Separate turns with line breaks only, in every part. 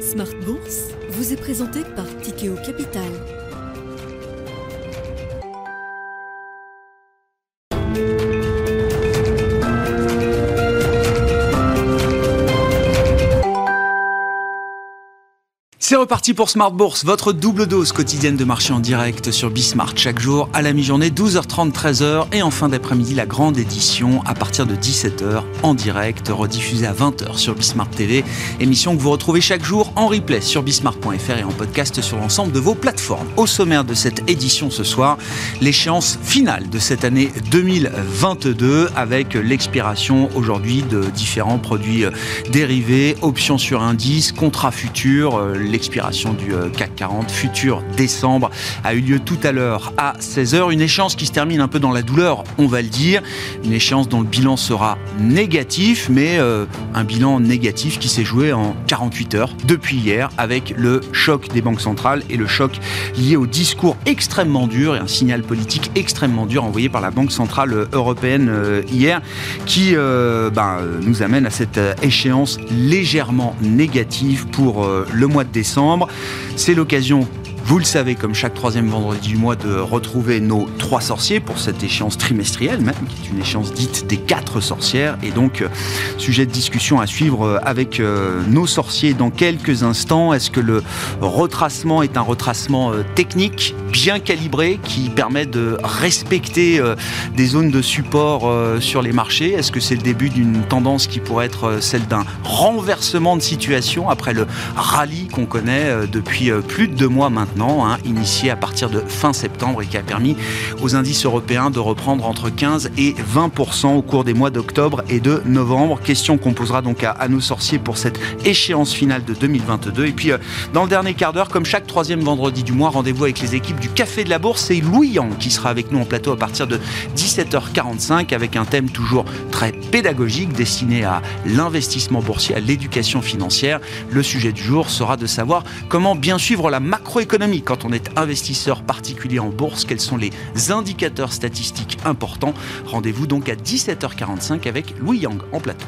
Smart Bourse vous est présenté par Tikeo Capital.
C'est reparti pour Smart Bourse, votre double dose quotidienne de marché en direct sur Bismart. Chaque jour à la mi-journée, 12h30, 13h et en fin d'après-midi, la grande édition à partir de 17h en direct, rediffusée à 20h sur Bismart TV. Émission que vous retrouvez chaque jour en replay sur bismart.fr et en podcast sur l'ensemble de vos plateformes. Au sommaire de cette édition ce soir, l'échéance finale de cette année 2022 avec l'expiration aujourd'hui de différents produits dérivés, options sur indice, contrats futurs. L'expiration du CAC 40 futur décembre a eu lieu tout à l'heure à 16h. Une échéance qui se termine un peu dans la douleur, on va le dire. Une échéance dont le bilan sera négatif, mais un bilan négatif qui s'est joué en 48 heures depuis hier avec le choc des banques centrales et le choc lié au discours extrêmement dur et un signal politique extrêmement dur envoyé par la Banque Centrale Européenne hier qui nous amène à cette échéance légèrement négative pour le mois de décembre. C'est l'occasion, vous le savez, comme chaque troisième vendredi du mois, de retrouver nos 3 sorciers pour cette échéance trimestrielle même, qui est une échéance dite des 4 sorcières. Et donc, sujet de discussion à suivre avec nos sorciers dans quelques instants. Est-ce que le retracement est un retracement technique, bien calibré, qui permet de respecter des zones de support sur les marchés? Est-ce que c'est le début d'une tendance qui pourrait être celle d'un renversement de situation après le rallye qu'on connaît depuis plus de 2 mois maintenant, initié à partir de fin septembre et qui a permis aux indices européens de reprendre entre 15 et 20% au cours des mois d'octobre et de novembre. Question qu'on posera donc à nos sorciers pour cette échéance finale de 2022. Et puis, dans le dernier quart d'heure, comme chaque troisième vendredi du mois, rendez-vous avec les équipes du Café de la Bourse. C'est Louis Yang qui sera avec nous en plateau à partir de 17h45 avec un thème toujours très pédagogique destiné à l'investissement boursier, à l'éducation financière. Le sujet du jour sera de savoir comment bien suivre la macroéconomie quand on est investisseur particulier en bourse. Quels sont les indicateurs statistiques importants? Rendez-vous donc à 17h45 avec Louis Yang en plateau.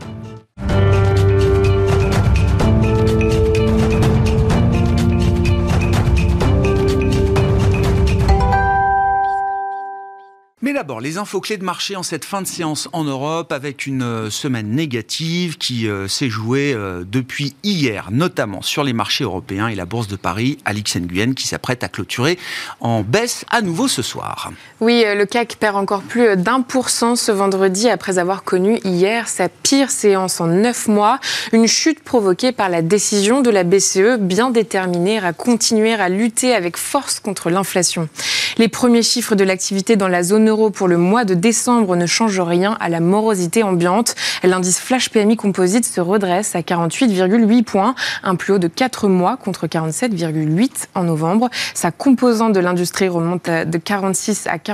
Mais d'abord, les infos clés de marché en cette fin de séance en Europe avec une semaine négative qui s'est jouée depuis hier, notamment sur les marchés européens et la Bourse de Paris, Alix Nguyen, qui s'apprête à clôturer en baisse à nouveau ce soir.
Oui, le CAC perd encore plus d'1% ce vendredi après avoir connu hier sa pire séance en 9 mois. Une chute provoquée par la décision de la BCE, bien déterminée à continuer à lutter avec force contre l'inflation. Les premiers chiffres de l'activité dans la zone euro pour le mois de décembre ne changent rien à la morosité ambiante. L'indice Flash PMI Composite se redresse à 48,8 points, un plus haut de 4 mois contre 47,8 en novembre. Sa composante de l'industrie remonte de 46 à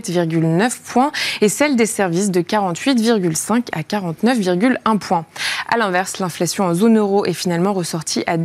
47,9 points et celle des services de 48,5 à 49,1 points. À l'inverse, l'inflation en zone euro est finalement ressortie à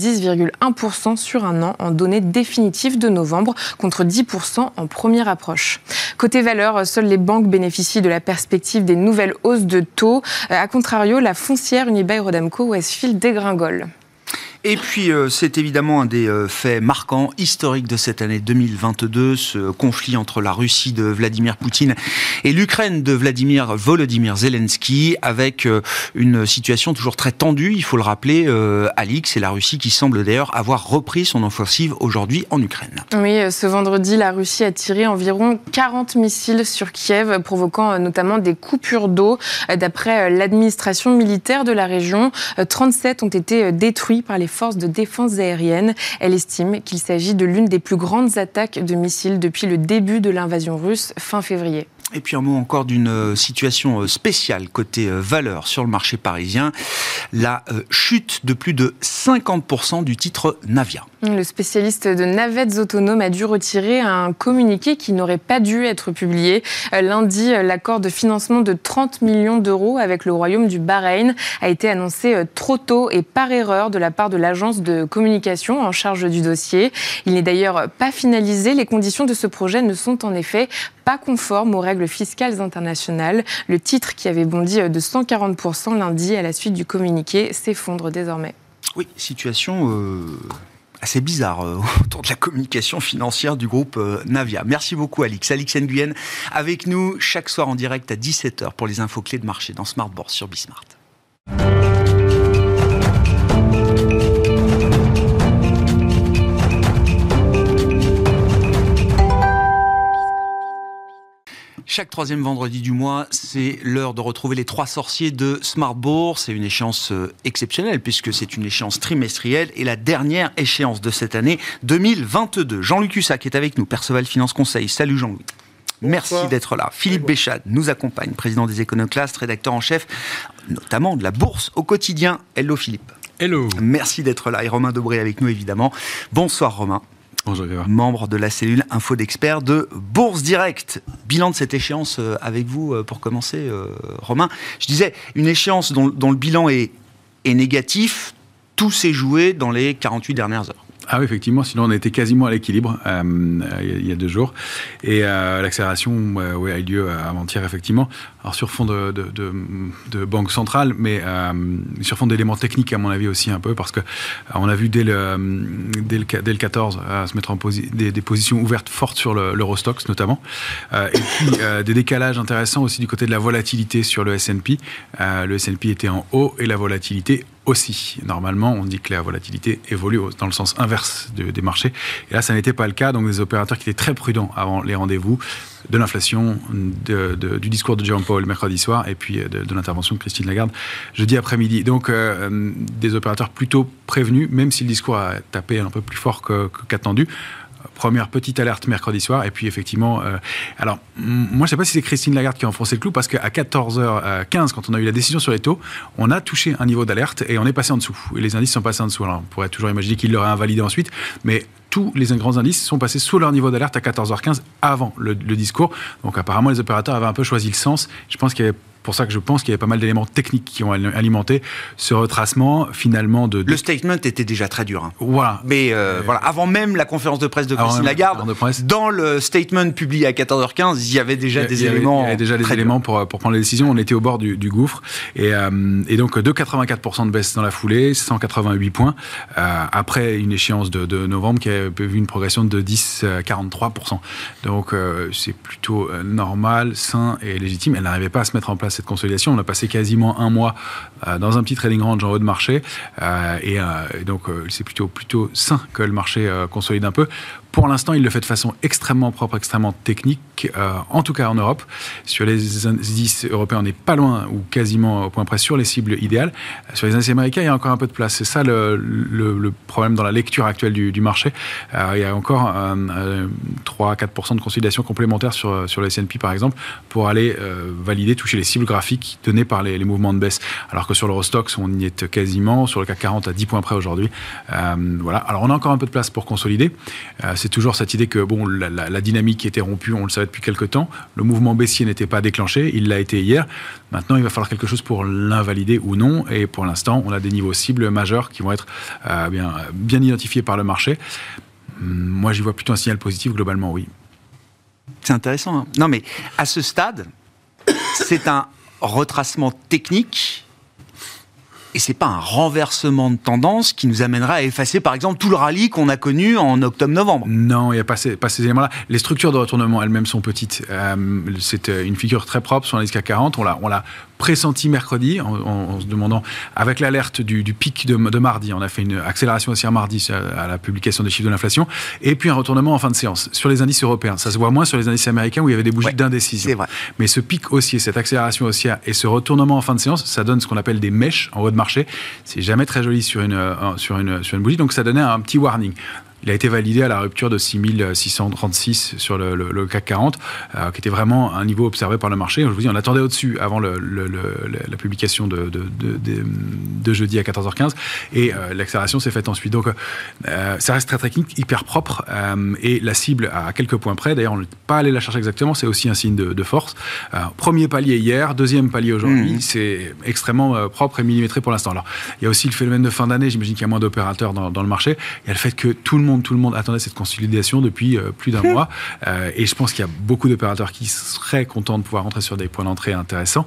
10,1% sur un an en données définitives de novembre contre 10% en première approche. Côté valeur, seules les banques bénéficient de la perspective des nouvelles hausses de taux. A contrario, la foncière Unibail-Rodamco-Westfield dégringole.
Et puis, c'est évidemment un des faits marquants, historiques de cette année 2022, ce conflit entre la Russie de Vladimir Poutine et l'Ukraine de Volodymyr Zelensky, avec une situation toujours très tendue, il faut le rappeler, Alix, c'est la Russie qui semble d'ailleurs avoir repris son offensive aujourd'hui en Ukraine.
Oui, ce vendredi, la Russie a tiré environ 40 missiles sur Kiev, provoquant notamment des coupures d'eau. D'après l'administration militaire de la région, 37 ont été détruits par les forces de défense aérienne. Elle estime qu'il s'agit de l'une des plus grandes attaques de missiles depuis le début de l'invasion russe fin février.
Et puis un mot encore d'une situation spéciale côté valeur sur le marché parisien, la chute de plus de 50% du titre Navia.
Le spécialiste de navettes autonomes a dû retirer un communiqué qui n'aurait pas dû être publié. Lundi, l'accord de financement de 30 millions d'euros avec le Royaume du Bahreïn a été annoncé trop tôt et par erreur de la part de l'agence de communication en charge du dossier. Il n'est d'ailleurs pas finalisé. Les conditions de ce projet ne sont en effet pas conformes aux règles fiscales internationales. Le titre qui avait bondi de 140% lundi à la suite du communiqué s'effondre désormais.
Oui, situation assez bizarre autour de la communication financière du groupe Navia. Merci beaucoup Alix. Alix Nguyen avec nous chaque soir en direct à 17h pour les infos clés de marché dans Smart Bourse sur Bismart. Chaque troisième vendredi du mois, c'est l'heure de retrouver les 3 sorciers de Smart Bourse. C'est une échéance exceptionnelle puisque c'est une échéance trimestrielle et la dernière échéance de cette année 2022. Jean-Luc Hussac est avec nous, Perceval Finance Conseil. Salut Jean-Louis. Merci d'être là. Philippe Béchade nous accompagne, président des Éconoclastes, rédacteur en chef notamment de la Bourse au quotidien. Hello Philippe.
Hello.
Merci d'être là. Et Romain Dobré avec nous évidemment. Bonsoir Romain.
Bonjour.
Membre de la cellule Info d'Experts de Bourse Direct. Bilan de cette échéance avec vous pour commencer, Romain. Je disais, une échéance dont le bilan est négatif. Tout s'est joué dans les 48 dernières heures.
Ah oui, effectivement, sinon on était quasiment à l'équilibre il y a 2 jours. Et l'accélération a eu lieu avant-hier, effectivement. Alors sur fond de banque centrale, mais sur fond d'éléments techniques, à mon avis aussi un peu, parce que on a vu dès le 14 se mettre en des positions ouvertes fortes sur l'Eurostoxx notamment. Et puis des décalages intéressants aussi du côté de la volatilité sur le S&P. Le S&P était en haut et la volatilité aussi. Normalement, on dit que la volatilité évolue dans le sens inverse des marchés. Et là, ça n'était pas le cas. Donc, des opérateurs qui étaient très prudents avant les rendez-vous de l'inflation, du discours de Jérôme Powell mercredi soir et puis de l'intervention de Christine Lagarde jeudi après-midi. Donc, des opérateurs plutôt prévenus, même si le discours a tapé un peu plus fort qu'attendu. Première petite alerte mercredi soir, et puis effectivement, alors moi je ne sais pas si c'est Christine Lagarde qui a enfoncé le clou, parce qu'à 14h15, quand on a eu la décision sur les taux, on a touché un niveau d'alerte et on est passé en dessous, et les indices sont passés en dessous. Alors on pourrait toujours imaginer qu'il l'aurait invalidé ensuite, mais tous les grands indices sont passés sous leur niveau d'alerte à 14h15 avant le discours. Donc apparemment les opérateurs avaient un peu choisi le sens. Je pense qu'il y avait pour ça que je pense qu'il y avait pas mal d'éléments techniques qui ont alimenté ce retracement finalement
Le statement était déjà très dur. Hein.
Voilà.
Mais voilà, avant même la conférence de presse de Christine Lagarde, dans le statement publié à 14h15, il y avait déjà des éléments. Il y avait déjà des éléments pour prendre les décisions. On était au bord du gouffre. Et donc 2,84% de baisse dans la foulée, 188 points, après une échéance de novembre qui a vu une progression de 10,43%. Donc c'est plutôt normal, sain et légitime. Elle n'arrivait pas à se mettre en place cette consolidation. On a passé quasiment 1 mois dans un petit trading range en haut de marché et donc c'est plutôt sain que le marché consolide un peu. Pour l'instant, il le fait de façon extrêmement propre, extrêmement technique, en tout cas en Europe. Sur les indices européens, on n'est pas loin ou quasiment au point près sur les cibles idéales. Sur les indices américains, il y a encore un peu de place. C'est ça le problème dans la lecture actuelle du marché. Il y a encore 3-4% de consolidation complémentaire sur le S&P, par exemple, pour aller valider, toucher les cibles graphiques données par les mouvements de baisse. Alors que sur l'Eurostoxx, on y est quasiment. Sur le CAC 40, à 10 points près aujourd'hui. Voilà. Alors, on a encore un peu de place pour consolider. C'est toujours cette idée que la dynamique était rompue, on le savait depuis quelques temps. Le mouvement baissier n'était pas déclenché, il l'a été hier. Maintenant, il va falloir quelque chose pour l'invalider ou non. Et pour l'instant, on a des niveaux cibles majeurs qui vont être bien identifiés par le marché. Moi, j'y vois plutôt un signal positif globalement, oui. C'est intéressant. Hein. Non, mais à ce stade, c'est un retracement technique. Et c'est pas un renversement de tendance qui nous amènera à effacer, par exemple, tout le rallye qu'on a connu en octobre-novembre.
Non, il n'y a pas ces éléments-là. Les structures de retournement elles-mêmes sont petites. C'est une figure très propre sur l'indice CAC 40. On l'a pressenti mercredi en se demandant, avec l'alerte du pic de mardi, on a fait une accélération haussière mardi à la publication des chiffres de l'inflation, et puis un retournement en fin de séance. Sur les indices européens, ça se voit moins sur les indices américains où il y avait des bougies d'indécision.
C'est vrai.
Mais ce pic haussier, cette accélération haussière et ce retournement en fin de séance, ça donne ce qu'on appelle des mèches en haut de marché. C'est jamais très joli sur une bougie, donc ça donnait un petit warning. Il a été validé à la rupture de 6636 sur le CAC 40, qui était vraiment un niveau observé par le marché. Je vous dis, on attendait au-dessus avant la publication de jeudi à 14h15, et l'accélération s'est faite ensuite. Donc, ça reste très technique, hyper propre, et la cible à quelques points près. D'ailleurs, on n'est pas allé la chercher exactement, c'est aussi un signe de force. Premier palier hier, deuxième palier aujourd'hui, c'est extrêmement propre et millimétré pour l'instant. Alors, il y a aussi le phénomène de fin d'année, j'imagine qu'il y a moins d'opérateurs dans le marché. Il y a le fait que tout le monde attendait cette consolidation depuis plus d'un mois, et je pense qu'il y a beaucoup d'opérateurs qui seraient contents de pouvoir rentrer sur des points d'entrée intéressants.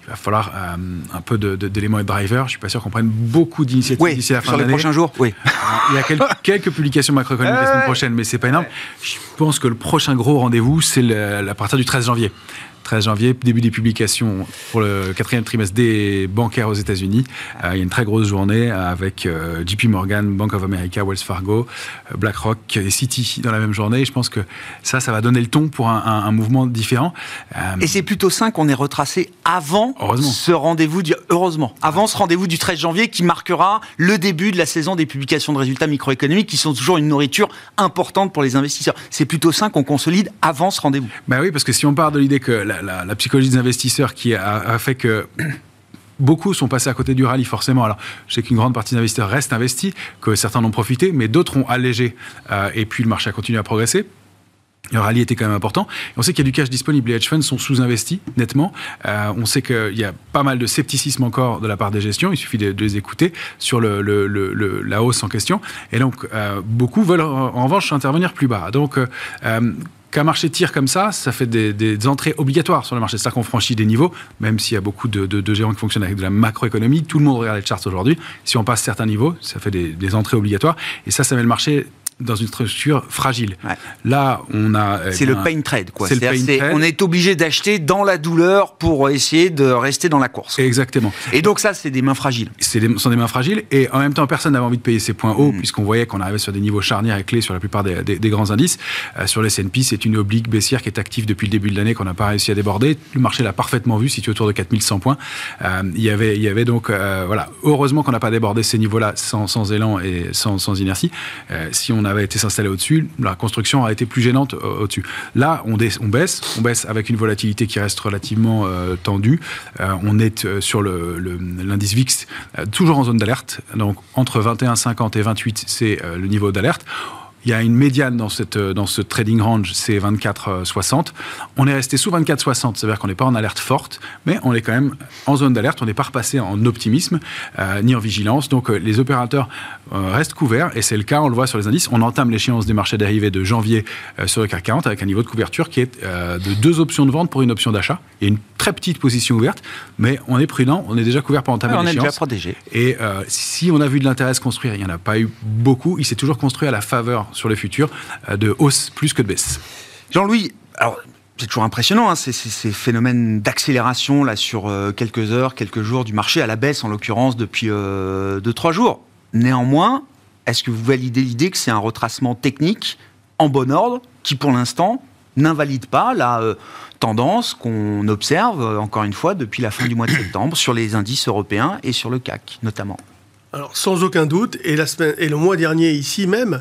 il va falloir un peu d'éléments de driver. Je ne suis pas sûr qu'on prenne beaucoup d'initiatives d'ici la fin de l'année.
Sur les prochains jours, oui.
Il y a quelques publications macroéconomiques la semaine prochaine, mais ce n'est pas énorme. Je pense que le prochain gros rendez-vous, c'est à partir du 13 janvier. 13 janvier, début des publications pour le 4e trimestre des bancaires aux États-Unis. Il y a une très grosse journée avec JP Morgan, Bank of America, Wells Fargo, BlackRock et Citi dans la même journée. Et je pense que ça va donner le ton pour un mouvement différent.
Et c'est plutôt sain qu'on ait retracé avant ce rendez-vous, avant ce rendez-vous du 13 janvier qui marquera le début de la saison des publications de résultats microéconomiques qui sont toujours une nourriture importante pour les investisseurs. C'est plutôt sain qu'on consolide avant ce rendez-vous.
Ben oui, parce que si on part de l'idée que la psychologie des investisseurs qui a fait que beaucoup sont passés à côté du rallye, forcément. Alors, je sais qu'une grande partie des investisseurs restent investis, que certains en ont profité, mais d'autres ont allégé. Et puis, le marché a continué à progresser. Le rallye était quand même important. Et on sait qu'il y a du cash disponible. Les hedge funds sont sous-investis, nettement. On sait qu'il y a pas mal de scepticisme encore de la part des gestions. Il suffit de les écouter sur la hausse en question. Et donc, beaucoup veulent, en revanche, intervenir plus bas. Donc, qu'un marché tire comme ça fait des entrées obligatoires sur le marché. C'est-à-dire qu'on franchit des niveaux, même s'il y a beaucoup de gérants qui fonctionnent avec de la macroéconomie. Tout le monde regarde les charts aujourd'hui. Si on passe certains niveaux, ça fait des entrées obligatoires. Et ça met le marché dans une structure fragile. Ouais. Là, on a...
C'est le pain trade, quoi. On est obligé d'acheter dans la douleur pour essayer de rester dans la course.
Exactement.
Et donc ça, c'est des mains fragiles.
Ce sont des mains fragiles. Et en même temps, personne n'avait envie de payer ces points hauts, puisqu'on voyait qu'on arrivait sur des niveaux charnières et clés sur la plupart des grands indices. Sur le S&P, c'est une oblique baissière qui est active depuis le début de l'année, qu'on n'a pas réussi à déborder. Le marché l'a parfaitement vu, situé autour de 4100 points. Il y avait donc... heureusement qu'on n'a pas débordé ces niveaux-là sans élan et sans inertie. Si on avait été s'installer au-dessus, la construction a été plus gênante au-dessus. Là, on baisse avec une volatilité qui reste relativement tendue. On est sur l'indice VIX, toujours en zone d'alerte. Donc, entre 21,50 et 28, c'est le niveau d'alerte. Il y a une médiane dans ce trading range, c'est 24,60. On est resté sous 24,60, c'est-à-dire qu'on n'est pas en alerte forte, mais on est quand même en zone d'alerte, on n'est pas repassé en optimisme, ni en vigilance. Donc les opérateurs restent couverts, et c'est le cas, on le voit sur les indices. On entame l'échéance des marchés dérivés de janvier sur le CAC 40 avec un niveau de couverture qui est de 2 options de vente pour une option d'achat. Il y a une très petite position ouverte, mais on est prudent, on est déjà couvert pour entamer l'échéance.
On est déjà protégé.
Et si on a vu de l'intérêt se construire, il n'y en a pas eu beaucoup, il s'est toujours construit à la faveur sur le futur, de hausse plus que de baisse.
Jean-Louis, alors c'est toujours impressionnant, ces phénomènes d'accélération là, sur quelques heures, quelques jours du marché, à la baisse en l'occurrence depuis 2-3 jours. Néanmoins, est-ce que vous validez l'idée que c'est un retracement technique en bon ordre qui pour l'instant n'invalide pas la tendance qu'on observe encore une fois depuis la fin du mois de septembre sur les indices européens et sur le CAC notamment?
Alors sans aucun doute, et le mois dernier ici même,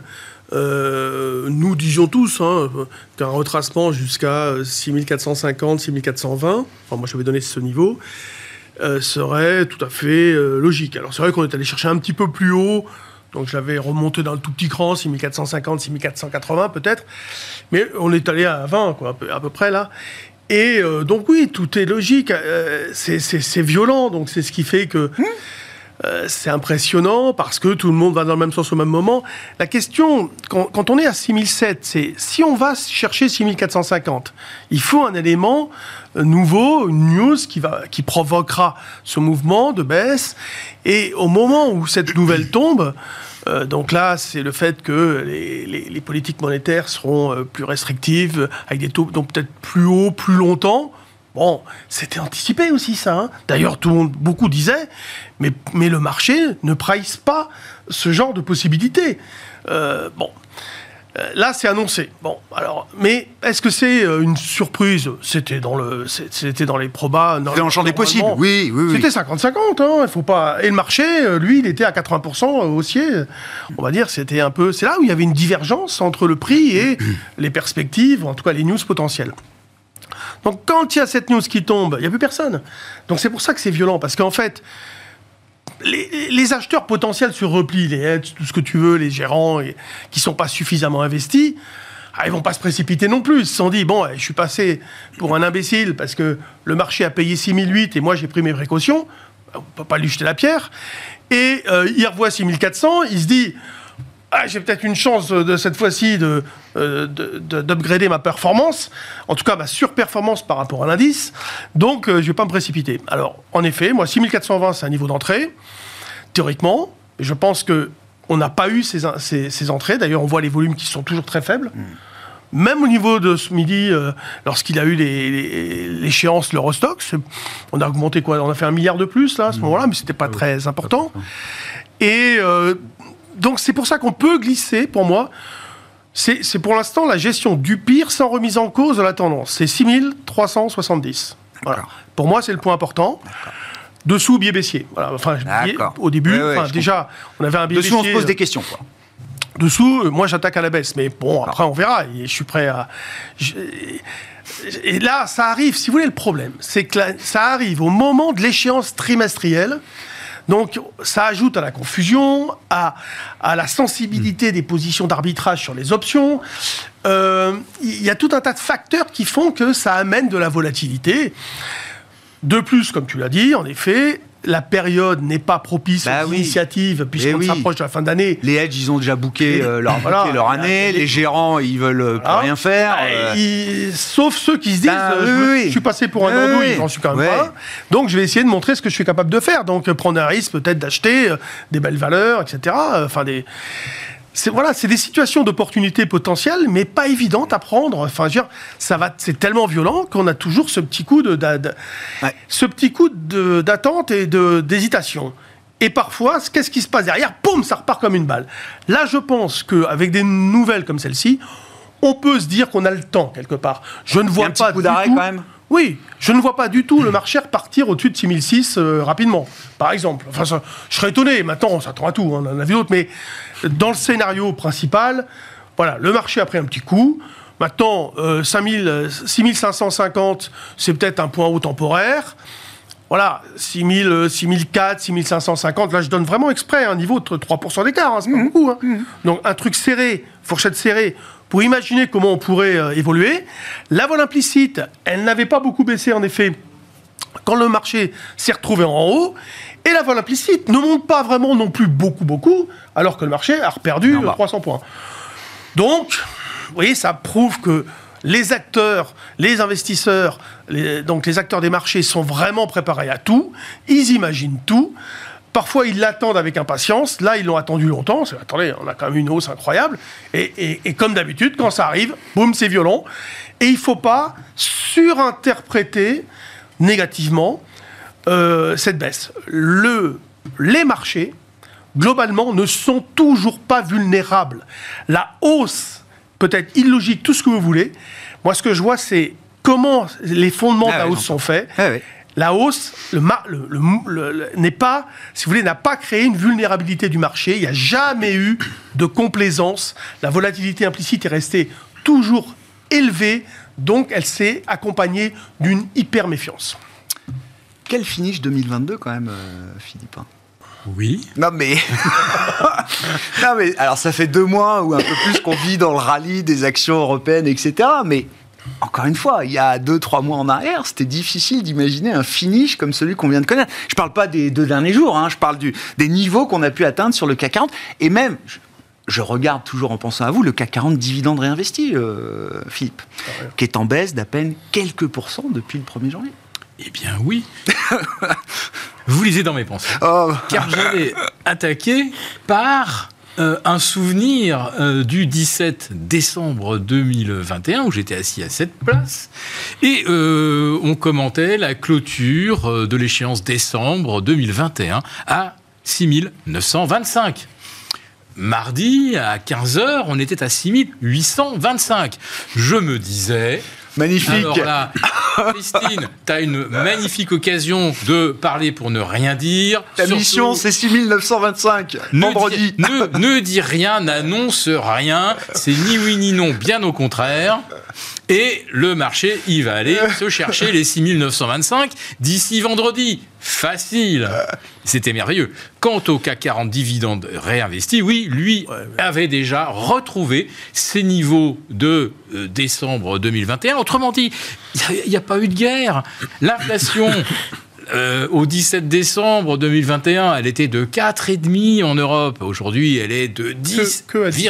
nous disions tous qu'un retracement jusqu'à 6450, 6420, enfin moi je vais donner ce niveau, serait tout à fait logique. Alors c'est vrai qu'on est allé chercher un petit peu plus haut, donc je l'avais remonté dans le tout petit cran, 6450, 6480 peut-être, mais on est allé à 20, quoi, à peu près là. Et donc oui, tout est logique, c'est violent, donc c'est ce qui fait que... c'est impressionnant parce que tout le monde va dans le même sens au même moment. La question, quand on est à 6007, c'est si on va chercher 6450, il faut un élément nouveau, une news qui provoquera ce mouvement de baisse. Et au moment où cette nouvelle tombe, donc là, c'est le fait que les politiques monétaires seront plus restrictives, avec des taux donc peut-être plus hauts, plus longtemps. Bon, c'était anticipé aussi ça. D'ailleurs, beaucoup disaient, mais le marché ne price pas ce genre de possibilités. Là, c'est annoncé. Bon, alors, mais est-ce que c'est une surprise ? C'était dans les probas.
C'était dans le champ des possibles. Oui.
C'était 50-50. Il faut pas. Et le marché, lui, il était à 80% haussier. On va dire, c'était un peu. C'est là où il y avait une divergence entre le prix et les perspectives, en tout cas les news potentielles. Donc, quand il y a cette news qui tombe, il n'y a plus personne. Donc, c'est pour ça que c'est violent. Parce qu'en fait, les acheteurs potentiels sur repli, les hedges, tout ce que tu veux, les gérants qui ne sont pas suffisamment investis, ils ne vont pas se précipiter non plus. Ils se sont dit, bon, je suis passé pour un imbécile parce que le marché a payé 6008 et moi, j'ai pris mes précautions. On ne peut pas lui jeter la pierre. Et il revoit 6400, il se dit... j'ai peut-être une chance de cette fois-ci d'upgrader ma performance, en tout cas ma surperformance par rapport à l'indice, donc je ne vais pas me précipiter. Alors, en effet, moi, 6420, c'est un niveau d'entrée, théoriquement, je pense qu'on n'a pas eu ces entrées, d'ailleurs on voit les volumes qui sont toujours très faibles. Même au niveau de ce midi, lorsqu'il a eu l'échéance, l'Eurostoxx, on a augmenté quoi ? On a fait 1 milliard de plus là, à ce moment-là, mais ce n'était pas très important. Et donc c'est pour ça qu'on peut glisser, pour moi, c'est pour l'instant la gestion du pire sans remise en cause de la tendance. C'est 6370. Voilà. Pour moi, c'est le point important. Dessous, biais baissier. Voilà. Enfin, au début, déjà, on avait un biais baissier.
Dessous, on se pose des questions, quoi.
Dessous, moi, j'attaque à la baisse. Mais bon, après, on verra. Et je suis prêt à... Et là, ça arrive. Si vous voulez, le problème, c'est que ça arrive au moment de l'échéance trimestrielle. Donc, ça ajoute à la confusion, à la sensibilité des positions d'arbitrage sur les options. Il y a tout un tas de facteurs qui font que ça amène de la volatilité. De plus, comme tu l'as dit, en effet, la période n'est pas propice aux initiatives, puisqu'on s'approche de la fin d'année.
Les hedges, ils ont déjà booké leur année. Les gérants, ils veulent plus rien faire.
Sauf ceux qui se disent je suis passé pour un andouille, j'en suis quand même pas. Donc, je vais essayer de montrer ce que je suis capable de faire. Donc, prendre un risque peut-être d'acheter des belles valeurs, etc. C'est des situations d'opportunité potentielle, mais pas évidentes à prendre. Enfin, je veux dire, c'est tellement violent qu'on a toujours ce petit coup d'attente et d'hésitation. Et parfois, qu'est-ce qui se passe derrière ? Poum, ça repart comme une balle. Là, je pense qu'avec des nouvelles comme celle-ci, on peut se dire qu'on a le temps, quelque part. Je ne vois pas
coup d'arrêt, quand même.
Oui, je ne vois pas du tout le marché repartir au-dessus de 6006 rapidement, par exemple. Enfin, je serais étonné. Maintenant, on s'attend à tout, on en a vu d'autres. Mais dans le scénario principal, voilà, le marché a pris un petit coup. Maintenant, 6550, c'est peut-être un point haut temporaire. Voilà, 6004, 6550, là, je donne vraiment exprès un niveau de 3% d'écart, c'est pas beaucoup. Donc, un truc serré, fourchette serrée, pour imaginer comment on pourrait évoluer. La vol implicite, elle n'avait pas beaucoup baissé, en effet, quand le marché s'est retrouvé en haut. Et la vol implicite ne monte pas vraiment non plus beaucoup, alors que le marché a reperdu 300 points. Donc, vous voyez, ça prouve que les acteurs, les investisseurs, donc les acteurs des marchés sont vraiment préparés à tout. Ils imaginent tout. Parfois, ils l'attendent avec impatience. Là, ils l'ont attendu longtemps. Attendez, on a quand même une hausse incroyable. Et comme d'habitude, quand ça arrive, boum, c'est violent. Et il ne faut pas surinterpréter négativement cette baisse. Les marchés, globalement, ne sont toujours pas vulnérables. La hausse peut être illogique, tout ce que vous voulez. Moi, ce que je vois, c'est comment les fondements de la hausse sont faits. La hausse n'est pas, si vous voulez, n'a pas créé une vulnérabilité du marché. Il n'y a jamais eu de complaisance. La volatilité implicite est restée toujours élevée. Donc, elle s'est accompagnée d'une hyper-méfiance.
Quel finish 2022, quand même, Philippe ?
Oui.
Non mais alors ça fait 2 mois ou un peu plus qu'on vit dans le rallye des actions européennes, etc. Mais encore une fois, il y a 2-3 mois en arrière, c'était difficile d'imaginer un finish comme celui qu'on vient de connaître. Je ne parle pas des 2 derniers jours, je parle des niveaux qu'on a pu atteindre sur le CAC 40. Et même, je regarde toujours en pensant à vous, le CAC 40 dividende réinvesti, Philippe, qui est en baisse d'à peine quelques pourcents depuis le 1er janvier.
Eh bien oui. Vous lisez dans mes pensées. Car j'avais attaqué par un souvenir du 17 décembre 2021 où j'étais assis à cette place et on commentait la clôture de l'échéance décembre 2021 à 6925. Mardi, à 15h, on était à 6825. Je me disais...
Magnifique.
Alors là, Christine, tu as une magnifique occasion de parler pour ne rien dire.
Ta mission, c'est 6925, vendredi.
Ne dis rien, n'annonce rien. C'est ni oui ni non, bien au contraire. Et le marché, il va aller se chercher les 6925 d'ici vendredi. Facile. C'était merveilleux. Quant au CAC 40 dividende réinvesti, oui, lui avait déjà retrouvé ses niveaux de décembre 2021. Autrement dit, il n'y a pas eu de guerre. L'inflation Au 17 décembre 2021, elle était de 4,5 en Europe. Aujourd'hui, elle est de 10,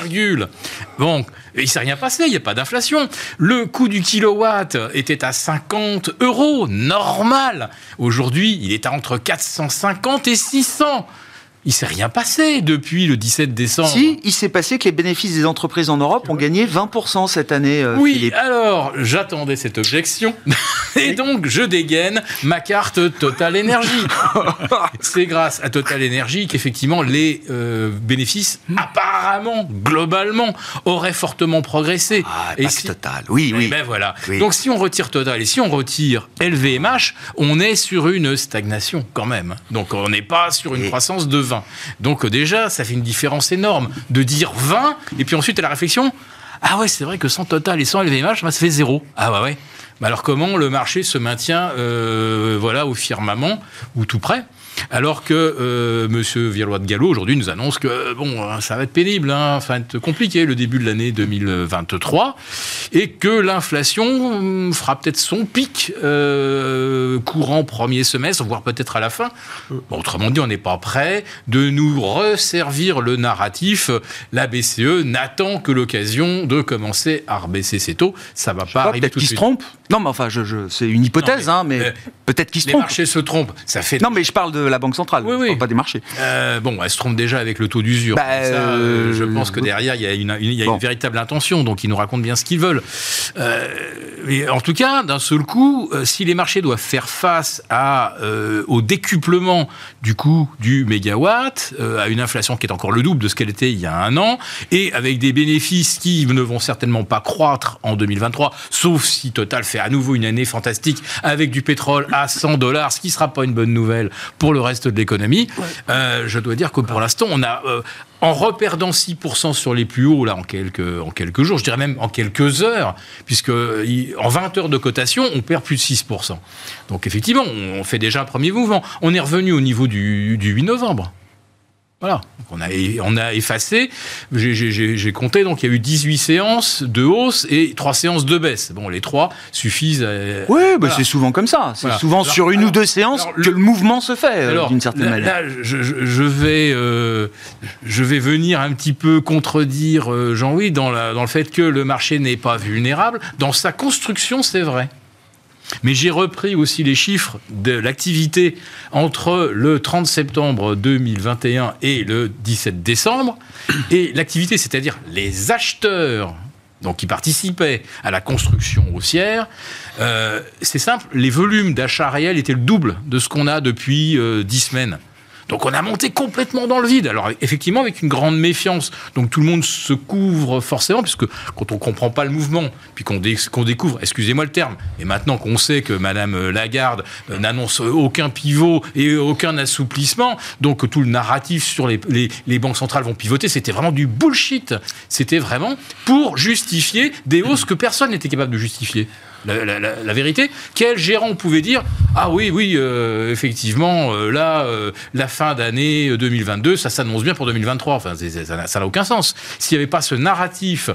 Bon, il ne s'est rien passé, il n'y a pas d'inflation. Le coût du kilowatt était à 50 €, normal. Aujourd'hui, il est à entre 450 et 600. Il ne s'est rien passé depuis le 17 décembre.
Si, il s'est passé que les bénéfices des entreprises en Europe ont gagné 20% cette année,
oui,
Philippe.
alors, j'attendais cette objection. Et donc, je dégaine ma carte Total Energy. C'est grâce à Total Energy qu'effectivement, les bénéfices, apparemment, globalement, auraient fortement progressé.
Ah, et si... Total, oui.
Ben voilà. Oui. Donc, si on retire Total et si on retire LVMH, on est sur une stagnation quand même. Donc, on n'est pas sur une croissance de 20. Donc déjà, ça fait une différence énorme de dire 20, et puis ensuite à la réflexion, ah ouais, c'est vrai que sans Total et sans LVMH, ça fait 0. Ah ouais. Mais alors comment le marché se maintient au firmament, ou tout près ? Alors que M. Villeroy de Galhau, aujourd'hui, nous annonce que ça va être pénible, ça va être compliqué le début de l'année 2023, et que l'inflation fera peut-être son pic courant premier semestre, voire peut-être à la fin. Bon, autrement dit, on n'est pas prêt de nous resservir le narratif. La BCE n'attend que l'occasion de commencer à rebaisser ses taux. Ça ne va pas arriver tout de suite.
Peut-être qu'ils se trompent. Non, mais enfin, c'est une hypothèse, mais peut-être qu'ils se trompent.
Les marchés se trompent. Ça fait...
Non, mais je parle de la Banque centrale, pas des marchés.
Elle se trompe déjà avec le taux d'usure. Je pense que derrière, il y a une véritable intention, donc ils nous racontent bien ce qu'ils veulent. Mais en tout cas, d'un seul coup, si les marchés doivent faire face au décuplement du coût du mégawatt, à une inflation qui est encore le double de ce qu'elle était il y a un an, et avec des bénéfices qui ne vont certainement pas croître en 2023, sauf si Total fait à nouveau une année fantastique avec du pétrole à $100, ce qui ne sera pas une bonne nouvelle pour le reste de l'économie. Je dois dire que pour l'instant, on a... en reperdant 6% sur les plus hauts là, en quelques jours, je dirais même en quelques heures, puisque en 20 heures de cotation, on perd plus de 6%. Donc effectivement, on fait déjà un premier mouvement. On est revenu au niveau du 8 novembre. Voilà, donc on a effacé, j'ai compté, donc il y a eu 18 séances de hausse et 3 séances de baisse. Bon, les 3 suffisent.
Oui, c'est souvent comme ça. C'est souvent sur une ou deux séances que le mouvement se fait, d'une certaine manière.
Là, je vais venir un petit peu contredire Jean-Louis dans le fait que le marché n'est pas vulnérable. Dans sa construction, c'est vrai. Mais j'ai repris aussi les chiffres de l'activité entre le 30 septembre 2021 et le 17 décembre. Et l'activité, c'est-à-dire les acheteurs qui participaient à la construction haussière, c'est simple, les volumes d'achat réels étaient le double de ce qu'on a depuis 10 semaines. Donc on a monté complètement dans le vide. Alors effectivement avec une grande méfiance. Donc tout le monde se couvre forcément, puisque quand on ne comprend pas le mouvement, puis qu'on découvre, excusez-moi le terme, et maintenant qu'on sait que Madame Lagarde n'annonce aucun pivot et aucun assouplissement, donc tout le narratif sur les banques centrales vont pivoter, c'était vraiment du bullshit. C'était vraiment pour justifier des hausses que personne n'était capable de justifier. La vérité, quel gérant pouvait dire « Ah oui, effectivement, la fin d'année 2022, ça s'annonce bien pour 2023 ». Enfin, ça n'a aucun sens. S'il n'y avait pas ce narratif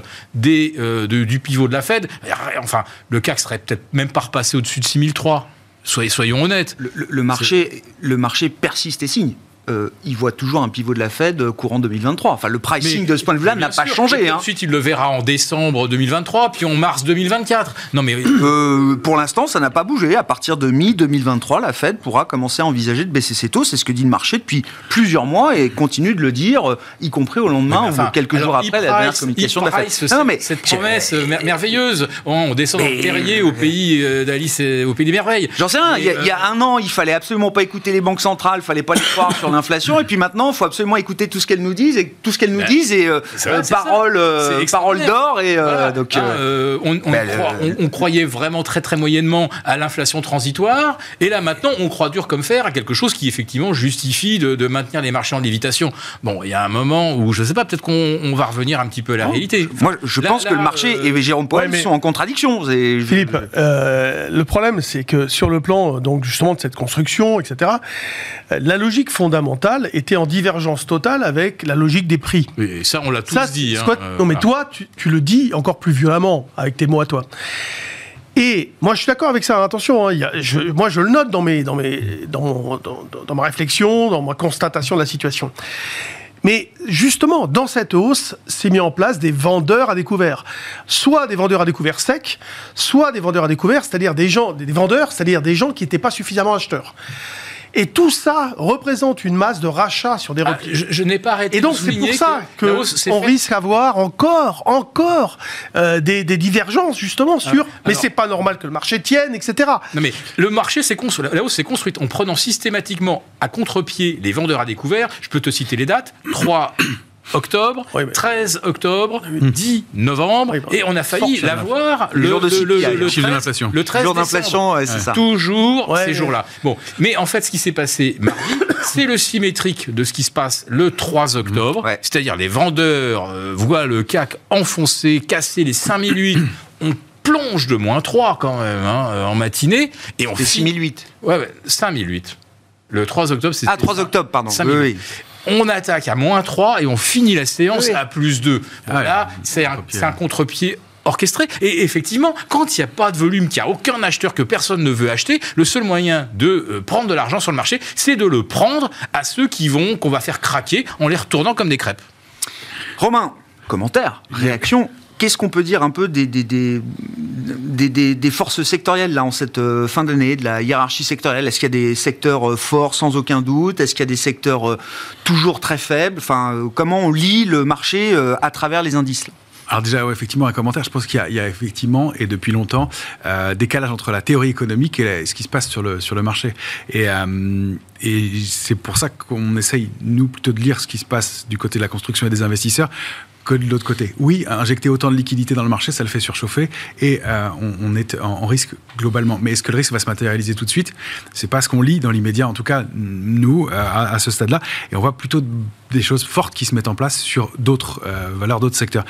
du pivot de la Fed, enfin, le CAC serait peut-être même pas repassé au-dessus de 6003. Soyons honnêtes.
Le marché persiste et signe. Il voit toujours un pivot de la Fed courant 2023. Enfin, le pricing de ce point de vue-là n'a pas changé.
Ensuite, il le verra en décembre 2023, puis en mars 2024. Non, mais
pour l'instant, ça n'a pas bougé. À partir de mi-2023, la Fed pourra commencer à envisager de baisser ses taux. C'est ce que dit le marché depuis plusieurs mois et continue de le dire, y compris au lendemain ou quelques jours après la dernière communication de la Fed.
Cette promesse merveilleuse, on descend dans le terrier au pays d'Alice, au pays des merveilles.
J'en sais rien. Il y a un an, il fallait absolument pas écouter les banques centrales, il fallait pas les croire sur l'inflation, et puis maintenant il faut absolument écouter tout ce qu'elles nous disent, et tout ce qu'elles nous disent est parole d'or, et voilà. Donc
on croyait vraiment très très moyennement à l'inflation transitoire, et là maintenant on croit dur comme fer à quelque chose qui effectivement justifie de maintenir les marchés en lévitation. Bon, il y a un moment où je sais pas, peut-être qu'on va revenir un petit peu à la réalité.
Moi je pense que le marché et Jérôme Powell sont en contradiction.
Philippe, le problème c'est que sur le plan donc justement de cette construction, etc., la logique fondamentale était en divergence totale avec la logique des prix.
Et ça, on l'a tous dit.
Non, mais toi, tu le dis encore plus violemment avec tes mots à toi. Et moi, je suis d'accord avec ça. Attention, hein, moi, je le note dans ma réflexion, dans ma constatation de la situation. Mais justement, dans cette hausse, s'est mis en place des vendeurs à découvert. Soit des vendeurs à découvert secs, soit des vendeurs à découvert, c'est-à-dire des vendeurs, c'est-à-dire des gens qui n'étaient pas suffisamment acheteurs. Et tout ça représente une masse de rachats sur des replis.
Je n'ai pas arrêté.
Et donc c'est pour ça qu'on risque d'avoir encore des divergences justement sur. Mais c'est pas normal que le marché tienne, etc.
Non mais le marché la hausse s'est construite en prenant systématiquement à contre-pied les vendeurs à découvert. Je peux te citer les dates. 3 octobre, 13 octobre, 10 novembre, et on a failli l'avoir le jour de l'inflation. Le 13
jour d'inflation, c'est ça.
Toujours ces jours-là. Bon, mais en fait, ce qui s'est passé mardi, c'est le symétrique de ce qui se passe le 3 octobre, c'est-à-dire les vendeurs voient le CAC enfoncer, casser les 5008, on plonge de -3 quand même en matinée, et on fait
6008.
Ouais, 5008. Le 3 octobre, c'est
3 octobre, pardon. Oui.
On attaque à -3 et on finit la séance à +2. Voilà, c'est un contre-pied orchestré. Et effectivement, quand il n'y a pas de volume, qu'il n'y a aucun acheteur, que personne ne veut acheter, le seul moyen de prendre de l'argent sur le marché, c'est de le prendre à ceux qu'on va faire craquer en les retournant comme des crêpes.
Romain, commentaire, réaction. Qu'est-ce qu'on peut dire un peu des forces sectorielles là, en cette fin d'année, de la hiérarchie sectorielle? Est-ce qu'il y a des secteurs forts sans aucun doute? Est-ce qu'il y a des secteurs toujours très faibles? Enfin, comment on lit le marché à travers les indices là?
Alors déjà, effectivement, un commentaire. Je pense qu'il y a effectivement, et depuis longtemps, décalage entre la théorie économique et ce qui se passe sur le marché. Et c'est pour ça qu'on essaye, nous, plutôt de lire ce qui se passe du côté de la construction et des investisseurs que de l'autre côté. Oui, injecter autant de liquidités dans le marché, ça le fait surchauffer et on est en risque globalement. Mais est-ce que le risque va se matérialiser tout de suite? C'est pas ce qu'on lit dans l'immédiat, en tout cas, nous, à ce stade-là. Et on voit plutôt des choses fortes qui se mettent en place sur d'autres valeurs, d'autres secteurs.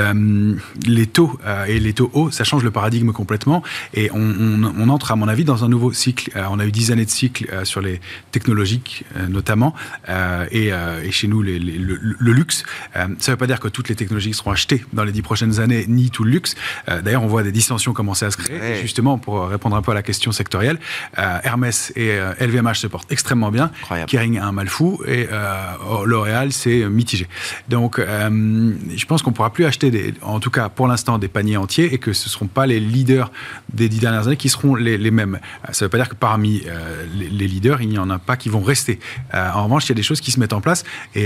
Les taux et les taux hauts, ça change le paradigme complètement et on entre, à mon avis, dans un nouveau cycle. On a eu 10 années de cycle sur les technologiques notamment et chez nous le luxe. Ça ne veut pas dire que toutes les technologies seront achetées dans les 10 prochaines années, ni tout le luxe. D'ailleurs, on voit des distensions commencer à se créer. Justement, pour répondre un peu à la question sectorielle, Hermès et LVMH se portent extrêmement bien. Kering a un mal fou et L'Oréal, c'est mitigé. Donc, je pense qu'on ne pourra plus acheter, en tout cas pour l'instant, des paniers entiers et que ce ne seront pas les leaders des 10 dernières années qui seront les mêmes. Ça ne veut pas dire que parmi les leaders, il n'y en a pas qui vont rester. En revanche, il y a des choses qui se mettent en place et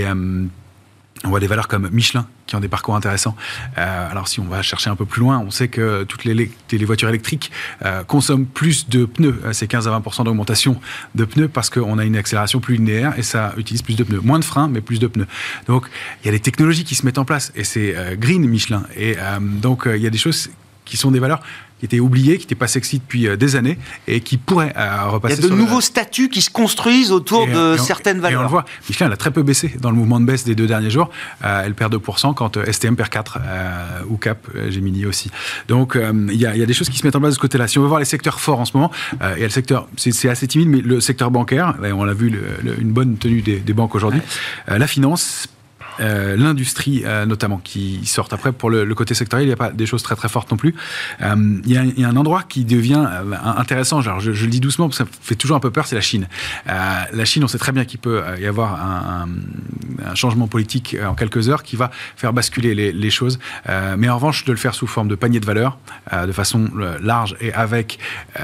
on voit des valeurs comme Michelin qui ont des parcours intéressants. Alors si on va chercher un peu plus loin, on sait que toutes les voitures électriques consomment plus de pneus. C'est 15 à 20% d'augmentation de pneus parce qu'on a une accélération plus linéaire et ça utilise plus de pneus. Moins de freins, mais plus de pneus. Donc il y a des technologies qui se mettent en place et c'est green Michelin. Et donc il y a des choses qui sont des valeurs qui étaient oubliées, qui n'étaient pas sexy depuis des années et qui pourraient repasser.
Il y a de nouveaux statuts qui se construisent autour de certaines valeurs.
Et on le voit, Michelin, elle a très peu baissé dans le mouvement de baisse des 2 derniers jours. Elle perd 2% quand STM perd 4%, ou Cap, Gemini aussi. Donc il y a des choses qui se mettent en place de ce côté-là. Si on veut voir les secteurs forts en ce moment, il y a le secteur, c'est assez timide, mais le secteur bancaire, on l'a vu, une bonne tenue des banques aujourd'hui, la finance, l'industrie notamment qui sortent. Après, pour le côté sectoriel, il n'y a pas des choses très très fortes non plus. Il y a un endroit qui devient intéressant, genre je le dis doucement parce que ça fait toujours un peu peur, c'est la Chine. La Chine, on sait très bien qu'il peut y avoir un changement politique en quelques heures qui va faire basculer les choses, mais en revanche de le faire sous forme de panier de valeurs de façon large et avec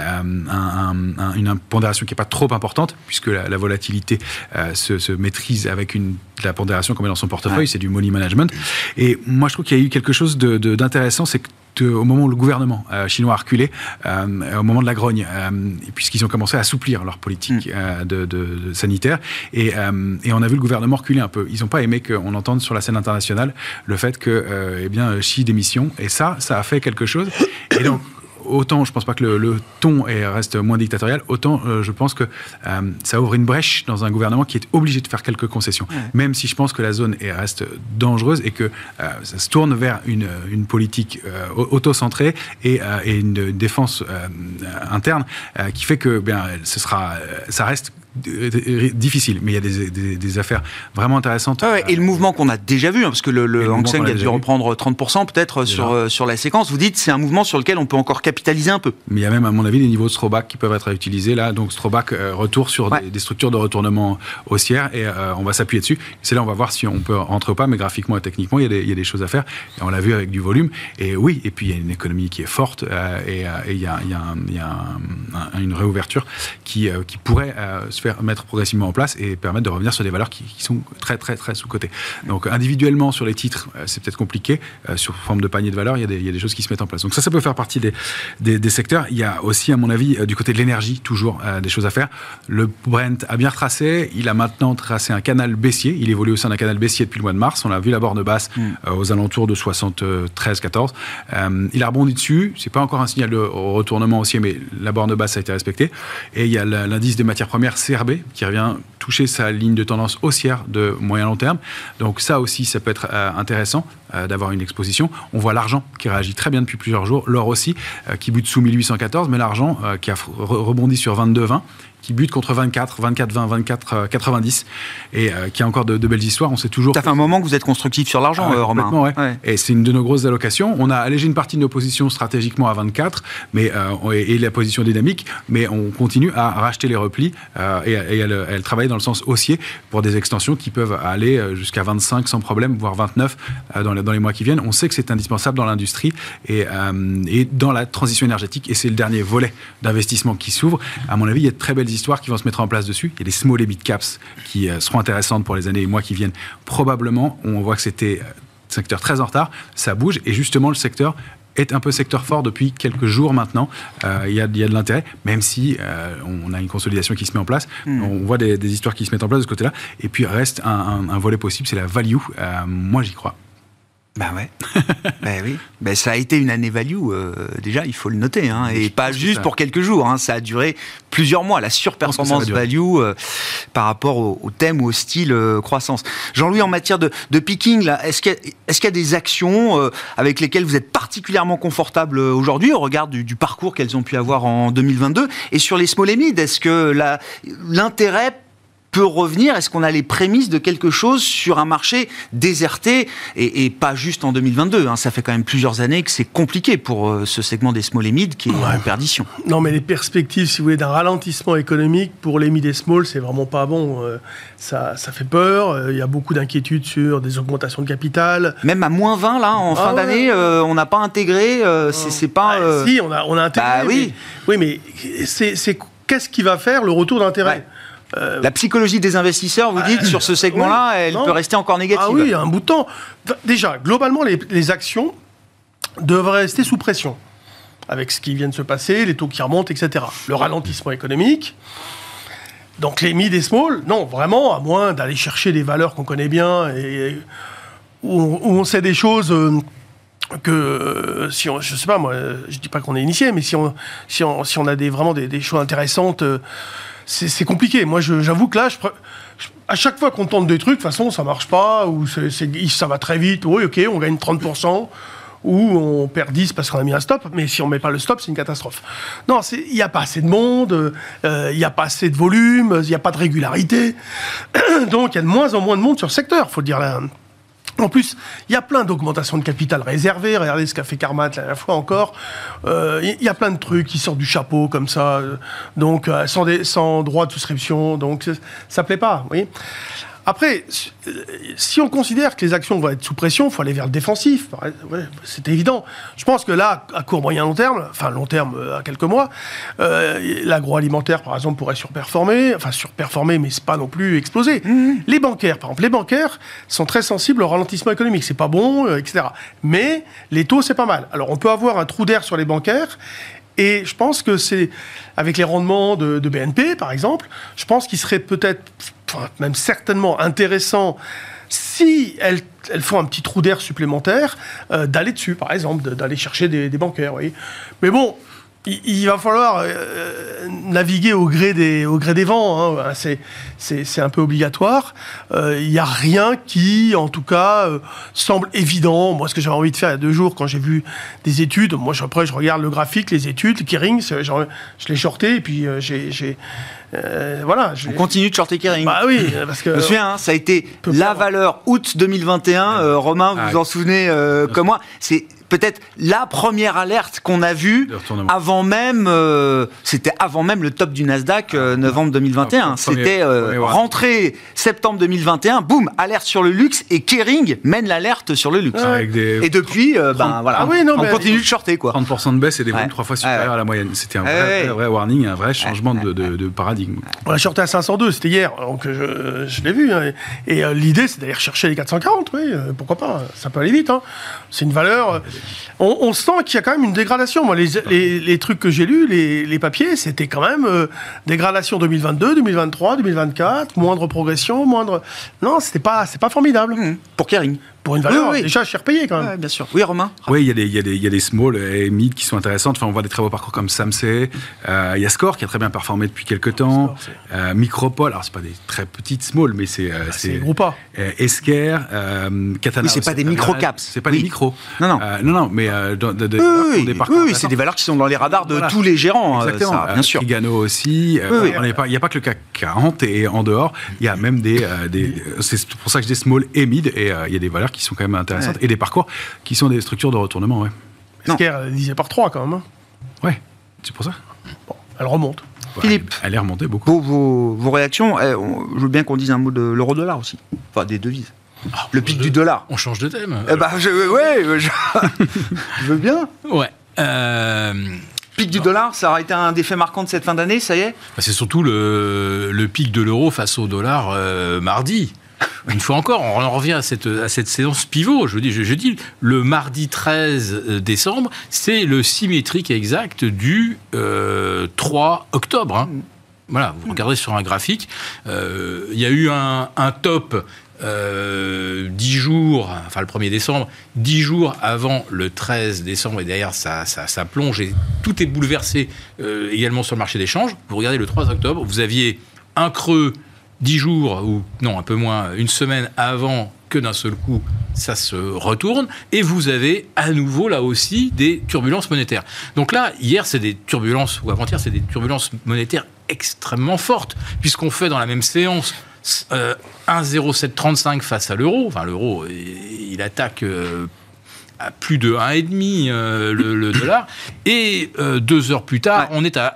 une pondération qui n'est pas trop importante puisque la volatilité se maîtrise avec la pondération qu'on met dans son portefeuille, c'est du money management. Et moi, je trouve qu'il y a eu quelque chose d'intéressant, c'est que au moment où le gouvernement chinois a reculé, au moment de la grogne, puisqu'ils ont commencé à assouplir leur politique de sanitaire, et on a vu le gouvernement reculer un peu. Ils n'ont pas aimé qu'on entende sur la scène internationale le fait que, Xi démission, et ça a fait quelque chose. Et donc, autant je pense pas que le ton reste moins dictatorial, autant je pense que ça ouvre une brèche dans un gouvernement qui est obligé de faire quelques concessions. Même si je pense que la zone reste dangereuse et que ça se tourne vers une politique auto-centrée et une défense interne qui fait que ça reste difficile, mais il y a des affaires vraiment intéressantes.
Et le mouvement qu'on a déjà vu, parce que le Hang Seng a dû reprendre 30% peut-être sur la séquence, vous dites c'est un mouvement sur lequel on peut encore capitaliser un peu.
Mais il y a même, à mon avis, des niveaux de Strobach qui peuvent être utilisés là. Donc Strobach retour sur des structures de retournement haussière, et on va s'appuyer dessus. C'est là on va voir si on peut rentrer ou pas, mais graphiquement et techniquement, il y a des choses à faire. Et on l'a vu avec du volume. Et oui, et puis il y a une économie qui est forte, et il y a une réouverture qui pourrait se faire mettre progressivement en place et permettre de revenir sur des valeurs qui sont très très très sous-cotées. Donc individuellement sur les titres, c'est peut-être compliqué. Sur forme de panier de valeurs, il y a des choses qui se mettent en place. Donc ça peut faire partie des secteurs. Il y a aussi, à mon avis, du côté de l'énergie, toujours des choses à faire. Le Brent a bien retracé. Il a maintenant tracé un canal baissier. Il évolue au sein d'un canal baissier depuis le mois de mars. On a vu la borne basse aux alentours de 73-14. Il a rebondi dessus. C'est pas encore un signal de retournement haussier, mais la borne basse a été respectée. Et il y a l'indice des matières premières CRB qui revient toucher sa ligne de tendance haussière de moyen-long terme. Donc ça aussi, ça peut être intéressant d'avoir une exposition. On voit l'argent qui réagit très bien depuis plusieurs jours. L'or aussi, qui bute sous 1814, mais l'argent qui a rebondi sur 22,20, qui bute contre 24, 24,20, 24, 90, et qui a encore de belles histoires. On sait toujours...
Ça fait un moment que vous êtes constructif sur l'argent, Romain.
Ouais. Et c'est une de nos grosses allocations. On a allégé une partie de nos positions stratégiquement à 24, et la position dynamique, mais on continue à racheter les replis, et elle travaille dans le sens haussier pour des extensions qui peuvent aller jusqu'à 25 sans problème, voire 29 dans les mois qui viennent. On sait que c'est indispensable dans l'industrie et dans la transition énergétique, et c'est le dernier volet d'investissement qui s'ouvre. À mon avis, il y a de très belles histoires qui vont se mettre en place dessus. Il y a des small et mid caps qui seront intéressantes pour les années et mois qui viennent. Probablement, on voit que c'était un secteur très en retard. Ça bouge, et justement, le secteur est un peu secteur fort depuis quelques jours maintenant. Il y a de l'intérêt, même si on a une consolidation qui se met en place. On voit des histoires qui se mettent en place de ce côté-là. Et puis, reste un volet possible, c'est la value. Moi, j'y crois.
Ben ouais, ben oui. Ben ça a été une année value, déjà, il faut le noter, hein, et pas juste pour quelques jours, hein, ça a duré plusieurs mois, la surperformance value par rapport au thème ou au style croissance. Jean-Louis, en matière de picking, là, est-ce qu'il y a des actions avec lesquelles vous êtes particulièrement confortable aujourd'hui, au regard du parcours qu'elles ont pu avoir en 2022, et sur les small et mid, est-ce que l'intérêt peut revenir? Est-ce qu'on a les prémices de quelque chose sur un marché déserté, et pas juste en 2022, hein, ça fait quand même plusieurs années que c'est compliqué pour ce segment des small et mid qui est en perdition.
Non, mais les perspectives, si vous voulez, d'un ralentissement économique pour les mid et small, c'est vraiment pas bon. Ça fait peur. Il y a beaucoup d'inquiétudes sur des augmentations de capital.
Même à moins 20, là, en fin d'année, on n'a pas intégré. C'est pas.
Si, on a intégré.
Bah, oui.
Mais c'est qu'est-ce qui va faire le retour d'intérêt?
La psychologie des investisseurs, vous dites, sur ce segment-là, elle peut rester encore négative.
Ah oui, un bout de temps. Déjà, globalement, les actions devraient rester sous pression, avec ce qui vient de se passer, les taux qui remontent, etc. Le ralentissement économique. Donc les mid et small, non, vraiment, à moins d'aller chercher des valeurs qu'on connaît bien, et où on sait des choses... que si on, je sais pas moi, je dis pas qu'on est initié, mais si on a vraiment des choses intéressantes, c'est compliqué. Moi, j'avoue que là, à chaque fois qu'on tente des trucs, de toute façon, ça marche pas, ou ça va très vite. Oui, ok, on gagne 30%, ou on perd 10 parce qu'on a mis un stop, mais si on met pas le stop, c'est une catastrophe. Non, il n'y a pas assez de monde, il n'y a pas assez de volume, il n'y a pas de régularité. Donc, il y a de moins en moins de monde sur le secteur, faut le dire là. En plus, il y a plein d'augmentations de capital réservées. Regardez ce qu'a fait Carmat la dernière fois encore. Il y a plein de trucs qui sortent du chapeau comme ça, donc sans droit de souscription. Donc ça plaît pas, vous voyez. Après, si on considère que les actions vont être sous pression, il faut aller vers le défensif. Ouais, c'est évident. Je pense que là, à court, moyen, long terme, enfin long terme, à quelques mois, l'agroalimentaire, par exemple, pourrait surperformer, mais c'est pas non plus exploser. Les bancaires, par exemple, sont très sensibles au ralentissement économique. C'est pas bon, etc. Mais les taux, c'est pas mal. Alors, on peut avoir un trou d'air sur les bancaires. Et je pense que c'est, avec les rendements de BNP, par exemple, je pense qu'il serait peut-être, même certainement intéressant, si elles font un petit trou d'air supplémentaire, d'aller dessus, par exemple, d'aller chercher des bancaires. Oui. Mais bon, il va falloir naviguer au gré des vents. Hein. C'est un peu obligatoire. Il n'y a rien qui, en tout cas, semble évident. Moi, ce que j'avais envie de faire il y a 2 jours, quand j'ai vu des études, moi, après, je regarde le graphique, les études, le Kering, je l'ai shorté, et puis Voilà.
On continue de shorter Kering.
Bah oui, parce que...
Je me souviens, ça a été la valeur août 2021. Romain, vous vous en souvenez comme moi. C'est peut-être la première alerte qu'on a vue avant même, c'était avant même le top du Nasdaq novembre 2021. C'était rentrée septembre 2021, boum, alerte sur le luxe et Kering mène l'alerte sur le luxe. Et depuis, voilà, on continue de shorter quoi.
30% de baisse et des volumes 3 fois supérieurs à la moyenne. C'était un vrai warning, un vrai changement de paradigme.
On a shorté à 502, c'était hier, donc je l'ai vu. Hein. Et l'idée, c'est d'aller chercher les 440, oui, pourquoi pas, ça peut aller vite. Hein. C'est une valeur... On sent qu'il y a quand même une dégradation. Moi, les trucs que j'ai lus, les papiers, c'était quand même dégradation 2022, 2023, 2024, moindre progression, moindre... Non, c'est pas formidable.
Pour Kering.
Pour une valeur déjà cher payée quand même.
Ouais, bien sûr. Oui, Romain.
Oui, il y a des small et mid qui sont intéressantes. Enfin, on voit des très beaux parcours comme Samsey. Il y a Score qui a très bien performé depuis quelques temps. Micropole, alors c'est pas des très petites small, mais c'est
groupe A.
Esker, Katana.
Oui, c'est pas des micro-caps.
C'est pas des micros.
Non,
mais
des parcours. Oui, c'est des valeurs qui sont dans les radars de tous les gérants.
Exactement.
Ça, bien sûr.
Trigano aussi. Il n'y a pas que le CAC 40 et en dehors, il y a même des c'est pour ça que je dis small et mid et il y a des valeurs qui sont quand même intéressantes et des parcours qui sont des structures de retournement.
Esker divisé par 3 quand même. Hein.
Ouais, c'est pour ça.
Bon, elle remonte.
Philippe,
elle est remontée beaucoup.
Vos réactions, je veux bien qu'on dise un mot de l'euro-dollar aussi. Enfin, des devises. Le pic du dollar.
On change de thème.
Je veux bien.
Ouais.
Pic du dollar, ça aura été un des faits marquants de cette fin d'année, ça y est ?
C'est surtout le pic de l'euro face au dollar mardi. Une fois encore, on en revient à cette séance pivot. Je dis, le mardi 13 décembre, c'est le symétrique exact du 3 octobre. Hein. Voilà, vous regardez sur un graphique. Il y a eu un top 10 jours, enfin le 1er décembre, 10 jours avant le 13 décembre, et derrière ça plonge et tout est bouleversé également sur le marché d'échange. Vous regardez le 3 octobre, vous aviez un creux 10 jours, ou non, un peu moins, une semaine avant que d'un seul coup, ça se retourne, et vous avez à nouveau, là aussi, des turbulences monétaires. Donc là, hier, c'est des turbulences, ou avant-hier, c'est des turbulences monétaires extrêmement fortes, puisqu'on fait dans la même séance 1,0735 face à l'euro. Enfin, l'euro, il attaque... à plus de 1,5 le dollar, et 2 heures plus tard, on est à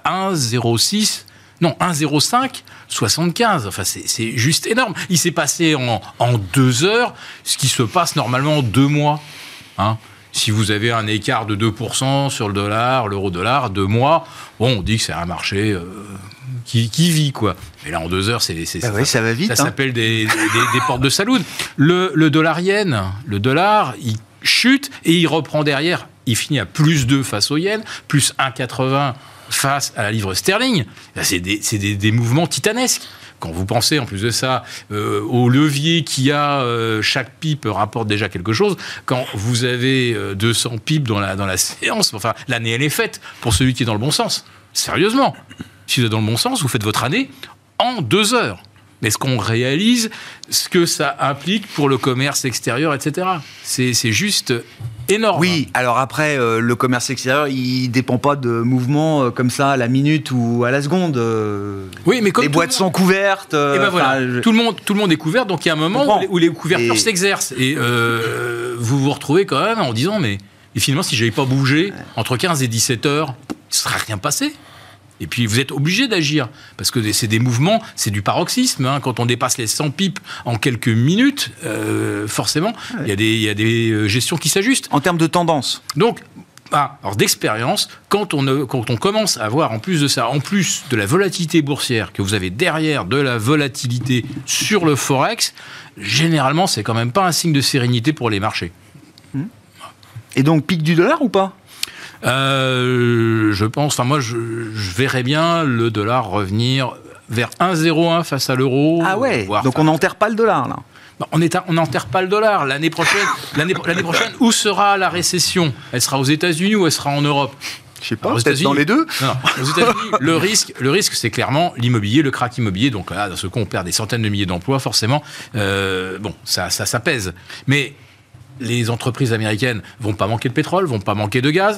1,0575. Enfin, c'est juste énorme. Il s'est passé en 2 heures ce qui se passe normalement en 2 mois. Hein. Si vous avez un écart de 2% sur le dollar, l'euro-dollar, 2 mois, bon, on dit que c'est un marché qui vit, quoi. Mais là, en 2 heures, ça va vite. Ça s'appelle des portes de saloon. Le dollar-yen, le dollar, il chute et il reprend derrière. Il finit à plus 2 face au yen, plus 1,80 face à la livre sterling. Là, c'est des mouvements titanesques. Quand vous pensez, en plus de ça, au levier qu'il y a, chaque pipe rapporte déjà quelque chose. Quand vous avez 200 pipes dans la séance, enfin, l'année, elle est faite pour celui qui est dans le bon sens. Sérieusement. Si vous êtes dans le bon sens, vous faites votre année en 2 heures. Est-ce qu'on réalise ce que ça implique pour le commerce extérieur, etc. C'est juste énorme.
Oui, alors après, le commerce extérieur, il ne dépend pas de mouvements comme ça à la minute ou à la seconde.
Oui, mais comme
les boîtes sont couvertes.
Et ben voilà, tout le monde est couvert, donc il y a un moment où les couvertures s'exercent. Et vous vous retrouvez quand même en disant, mais finalement, si je n'avais pas bougé entre 15 et 17 heures, il ne serait rien passé. Et puis, vous êtes obligé d'agir, parce que c'est des mouvements, c'est du paroxysme. Hein. Quand on dépasse les 100 pipes en quelques minutes, forcément, il y a des gestions qui s'ajustent.
En termes de tendance.
Donc, alors d'expérience, quand on commence à voir, en plus de ça, en plus de la volatilité boursière, que vous avez derrière de la volatilité sur le Forex, généralement, c'est quand même pas un signe de sérénité pour les marchés.
Et donc, pic du dollar ou pas ?
Je pense, enfin moi je verrais bien le dollar revenir vers 1,01 face à l'euro.
Ah ouais, donc on n'enterre pas le dollar là.
On n'enterre pas le dollar. L'année prochaine, où sera la récession ? Elle sera aux États-Unis ou elle sera en Europe ?
Je sais pas, peut-être dans les deux.
Non, aux États-Unis, le risque, c'est clairement l'immobilier, le crack immobilier. Donc là, dans ce cas, on perd des centaines de milliers d'emplois, forcément. Ça pèse. Mais les entreprises américaines vont pas manquer de pétrole, vont pas manquer de gaz.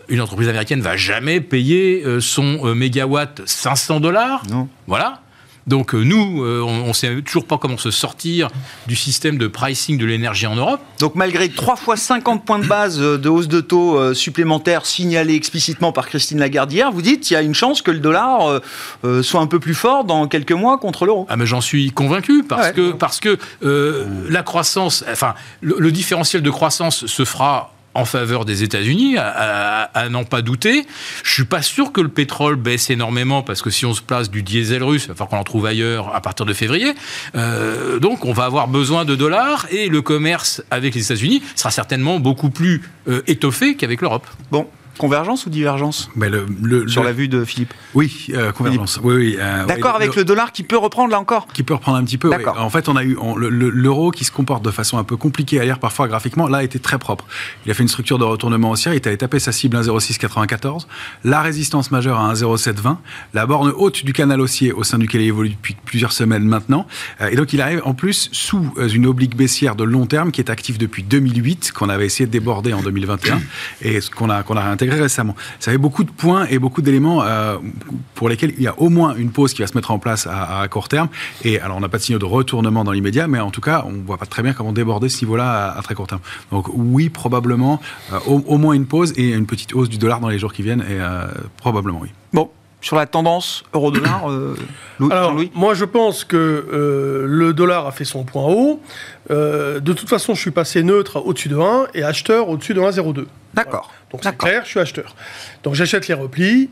une entreprise américaine ne va jamais payer son mégawatt $500. Non. Voilà. Donc nous, on ne sait toujours pas comment se sortir du système de pricing de l'énergie en Europe.
Donc malgré 3 fois 50 points de base de hausse de taux supplémentaires signalés explicitement par Christine Lagarde hier, vous dites qu'il y a une chance que le dollar soit un peu plus fort dans quelques mois contre l'euro.
Ah mais j'en suis convaincu parce que la croissance, enfin le différentiel de croissance se fera en faveur des États-Unis, à n'en pas douter. Je suis pas sûr que le pétrole baisse énormément, parce que si on se place du diesel russe, il va falloir qu'on en trouve ailleurs à partir de février. Donc on va avoir besoin de dollars, et le commerce avec les États-Unis sera certainement beaucoup plus étoffé qu'avec l'Europe.
Bon. Convergence ou divergence sur la vue de Philippe?
Oui, convergence. Oui,
d'accord, avec le dollar qui peut reprendre là encore?
Qui peut reprendre un petit peu, oui. En fait, on a eu l'euro qui se comporte de façon un peu compliquée à lire parfois graphiquement, là, était très propre. Il a fait une structure de retournement haussière, il avait tapé sa cible 1,0694, la résistance majeure à 1,0720, la borne haute du canal haussier au sein duquel il évolue depuis plusieurs semaines maintenant. Et donc, il arrive en plus sous une oblique baissière de long terme qui est active depuis 2008, qu'on avait essayé de déborder en 2021 et qu'on a réintégré récemment. Ça fait beaucoup de points et beaucoup d'éléments pour lesquels il y a au moins une pause qui va se mettre en place à court terme. Et alors, on n'a pas de signaux de retournement dans l'immédiat, mais en tout cas, on ne voit pas très bien comment déborder ce niveau-là à très court terme. Donc oui, probablement, au moins une pause et une petite hausse du dollar dans les jours qui viennent, et probablement oui.
Bon. Sur la tendance euro-dollar,
alors, moi, je pense que le dollar a fait son point haut. De toute façon, je suis passé neutre au-dessus de 1 et acheteur au-dessus de 1,02.
D'accord.
Voilà. Donc, c'est clair, je suis acheteur. Donc, j'achète les replis.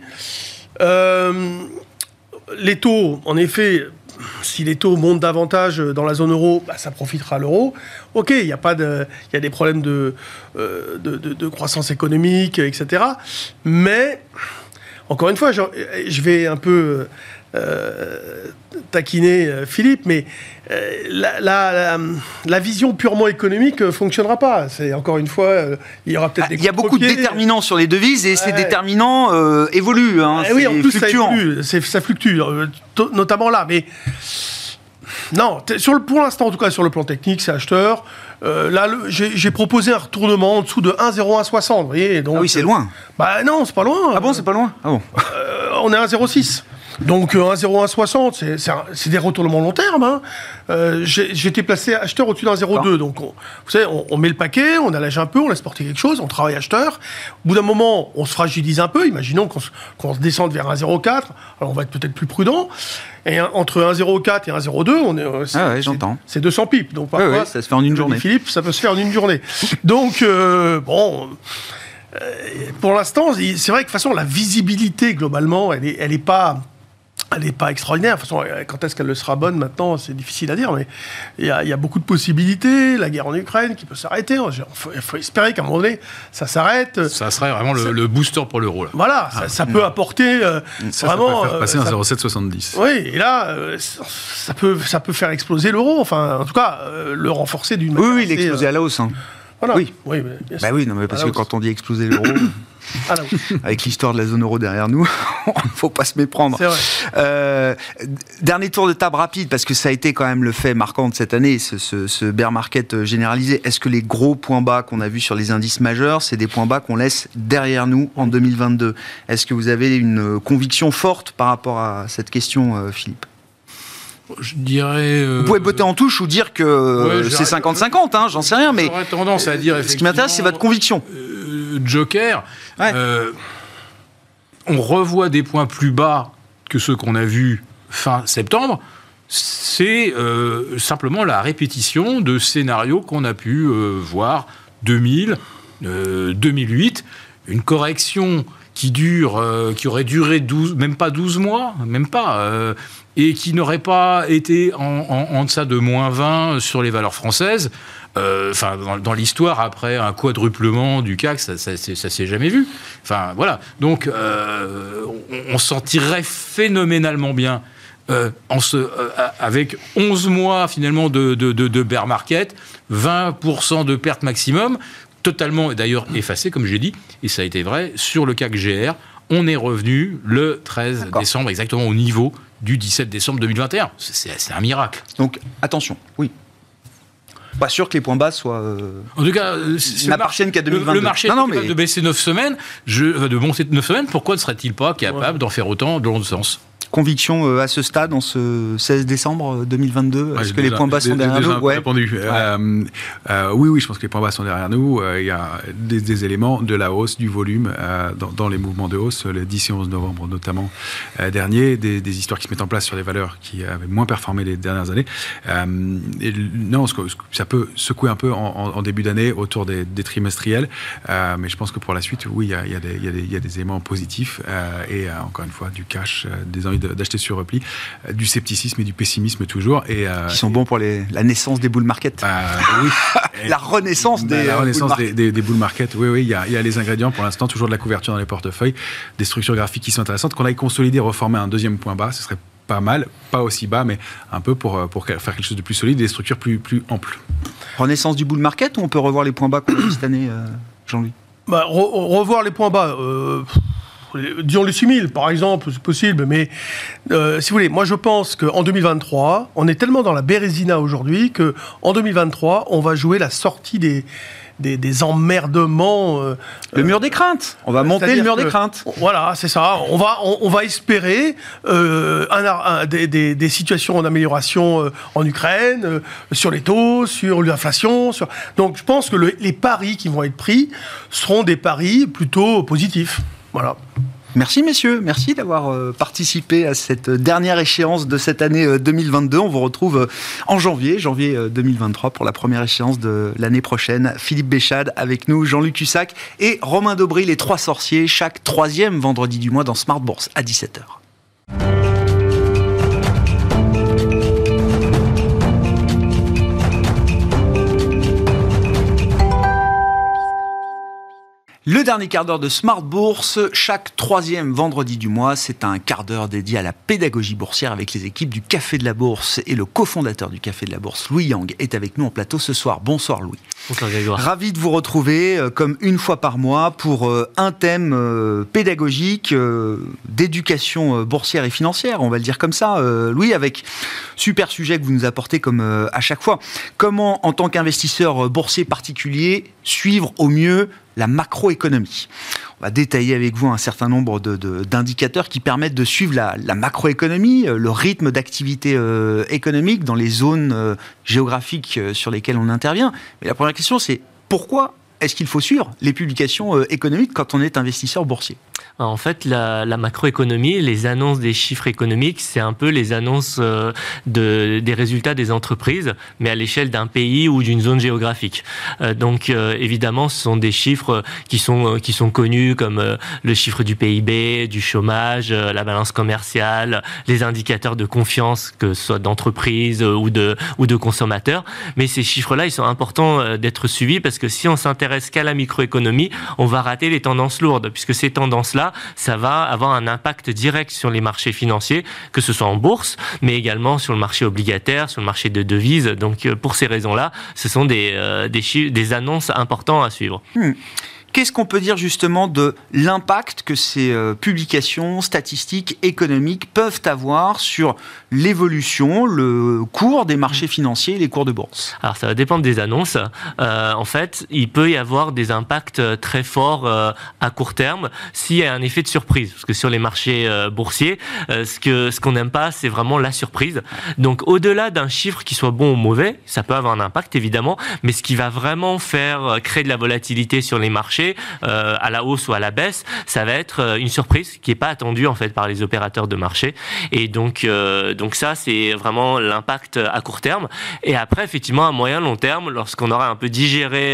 Les taux, en effet, si les taux montent davantage dans la zone euro, ça profitera à l'euro. OK, il y a des problèmes de croissance économique, etc. Mais... Encore une fois, je vais un peu taquiner Philippe, mais la vision purement économique ne fonctionnera pas. C'est, encore une fois, il y aura peut-être des
il y a beaucoup de déterminants sur les devises, et ces déterminants évoluent.
Oui, en plus, ça fluctue, notamment là. Mais non, pour l'instant, en tout cas, sur le plan technique, c'est acheteur. Là, j'ai proposé un retournement en dessous de 1,0160, vous voyez. Donc,
oui, c'est loin.
Non, c'est pas loin.
Ah bon, c'est pas loin? Ah bon.
On est à 1,06. Donc 1,0160, c'est des retournements long terme. Hein. J'étais placé acheteur au-dessus d'un 0,2. Donc, vous savez, on met le paquet, on allège un peu, on laisse porter quelque chose, on travaille acheteur. Au bout d'un moment, on se fragilise un peu. Imaginons qu'on se descende vers 1,04. Alors, on va être peut-être plus prudent. Et entre 1,04 et 1,02,
j'entends.
C'est 200 pips. Donc, parfois,
ça se fait en une journée.
Philippe, ça peut se faire en une journée. Donc, pour l'instant, c'est vrai que de toute façon, la visibilité, globalement, elle est pas extraordinaire. De toute façon, quand est-ce qu'elle le sera bonne maintenant, c'est difficile à dire, mais il y a beaucoup de possibilités. La guerre en Ukraine qui peut s'arrêter. Il faut espérer qu'à un moment donné, ça s'arrête.
Ça serait vraiment le booster pour l'euro. Là.
Voilà, ça peut apporter vraiment...
Ça peut faire passer un 0,770.
Oui, et là, ça peut faire exploser l'euro. Enfin, en tout cas, le renforcer d'une manière...
Oui, l'exploser à la hausse. Hein.
Voilà.
Oui.
Oui,
parce que quand on dit exploser l'euro... avec l'histoire de la zone euro derrière nous, il ne faut pas se méprendre.
C'est vrai.
Dernier tour de table rapide, parce que ça a été quand même le fait marquant de cette année, ce bear market généralisé. Est-ce que les gros points bas qu'on a vus sur les indices majeurs, c'est des points bas qu'on laisse derrière nous en 2022? Est-ce que vous avez une conviction forte par rapport à cette question, Philippe?
Je dirais...
Vous pouvez botter en touche ou dire que c'est 50-50, hein, j'en sais rien, mais...
J'aurais tendance à dire,
ce qui m'intéresse, c'est votre conviction.
Joker, on revoit des points plus bas que ceux qu'on a vus fin septembre. C'est simplement la répétition de scénarios qu'on a pu voir 2000, 2008, une correction qui aurait duré même pas 12 mois, et qui n'aurait pas été en deçà de moins 20 sur les valeurs françaises. Dans l'histoire, après un quadruplement du CAC, ça s'est jamais vu. Enfin, voilà. Donc, on s'en tirerait phénoménalement bien avec 11 mois, finalement, de bear market, 20% de perte maximum, totalement, d'ailleurs, effacé, comme je l'ai dit, et ça a été vrai, sur le CAC GR. On est revenu le 13 décembre, exactement au niveau du 17 décembre 2021. C'est un miracle.
Donc, attention, oui. Pas sûr que les points bas soient.
En tout cas,
n'appartiennent qu'à 2022.
Le marché est capable de baisser 9 semaines. De monter 9 semaines. Pourquoi ne serait-il pas capable d'en faire autant dans l'autre sens?
Conviction à ce stade, en ce 16 décembre 2022, est-ce que les points bas sont derrière nous?
Répondu. Oui, je pense que les points bas sont derrière nous. Il y a des éléments de la hausse, du volume dans les mouvements de hausse, le 10 et 11 novembre notamment dernier, des histoires qui se mettent en place sur les valeurs qui avaient moins performé les dernières années. Ça peut secouer un peu en début d'année autour des trimestriels, mais je pense que pour la suite, oui, il y a des éléments positifs et encore une fois, du cash, des envies d'acheter sur repli, du scepticisme et du pessimisme toujours.
Qui sont bons pour la naissance des bull market.
Oui.
La renaissance des
bull market. Oui, il y a les ingrédients pour l'instant, toujours de la couverture dans les portefeuilles, des structures graphiques qui sont intéressantes. Qu'on aille consolider, reformer un deuxième point bas, ce serait pas mal, pas aussi bas, mais un peu pour faire quelque chose de plus solide et des structures plus amples.
Renaissance du bull market, ou on peut revoir les points bas qu'on a eu cette année, Jean-Louis?
Revoir les points bas... disons les 6000 par exemple, c'est possible, mais si vous voulez, moi je pense qu'en 2023, on est tellement dans la bérésina aujourd'hui qu'en 2023, on va jouer la sortie des emmerdements.
Le mur des craintes. On va monter le mur des craintes.
Voilà, c'est ça. On va espérer des situations en amélioration en Ukraine, sur les taux, sur l'inflation. Donc je pense que les paris qui vont être pris seront des paris plutôt positifs. Voilà.
Merci messieurs, merci d'avoir participé à cette dernière échéance de cette année 2022. On vous retrouve en janvier 2023 pour la première échéance de l'année prochaine. Philippe Béchade avec nous, Jean-Luc Hussac et Romain Daubry, les trois sorciers, chaque troisième vendredi du mois dans Smart Bourse à 17h. Le dernier quart d'heure de Smart Bourse, chaque troisième vendredi du mois, c'est un quart d'heure dédié à la pédagogie boursière avec les équipes du Café de la Bourse. Et le cofondateur du Café de la Bourse, Louis Yang, est avec nous en plateau ce soir. Bonsoir Louis.
Bonsoir Grégoire.
Ravi de vous retrouver comme une fois par mois pour un thème pédagogique d'éducation boursière et financière, on va le dire comme ça. Louis, avec super sujet que vous nous apportez comme à chaque fois. Comment, en tant qu'investisseur boursier particulier, suivre au mieux la macroéconomie? On va détailler avec vous un certain nombre d'indicateurs qui permettent de suivre la macroéconomie, le rythme d'activité économique dans les zones géographiques sur lesquelles on intervient. Mais la première question, c'est pourquoi est-ce qu'il faut suivre les publications économiques quand on est investisseur boursier?
En fait, la macroéconomie, les annonces des chiffres économiques, c'est un peu les annonces des résultats des entreprises, mais à l'échelle d'un pays ou d'une zone géographique. Donc, évidemment, ce sont des chiffres qui sont connus comme le chiffre du PIB, du chômage, la balance commerciale, les indicateurs de confiance, que ce soit d'entreprise ou de consommateurs. Mais ces chiffres-là, ils sont importants d'être suivis parce que si on s'intéresse qu'à la microéconomie, on va rater les tendances lourdes, puisque ces tendances-là, ça va avoir un impact direct sur les marchés financiers, que ce soit en bourse, mais également sur le marché obligataire, sur le marché de devises. Donc, pour ces raisons-là, ce sont des annonces importantes à suivre.
Qu'est-ce qu'on peut dire justement de l'impact que ces publications statistiques économiques peuvent avoir sur l'évolution, le cours des marchés financiers et les cours de bourse?
Alors ça va dépendre des annonces. En fait, il peut y avoir des impacts très forts à court terme s'il y a un effet de surprise. Parce que sur les marchés boursiers, ce qu'on n'aime pas, c'est vraiment la surprise. Donc au-delà d'un chiffre qui soit bon ou mauvais, ça peut avoir un impact évidemment, mais ce qui va vraiment créer de la volatilité sur les marchés, à la hausse ou à la baisse, ça va être une surprise qui n'est pas attendue en fait par les opérateurs de marché. Et donc ça, c'est vraiment l'impact à court terme. Et après, effectivement, à moyen long terme, lorsqu'on aura un peu digéré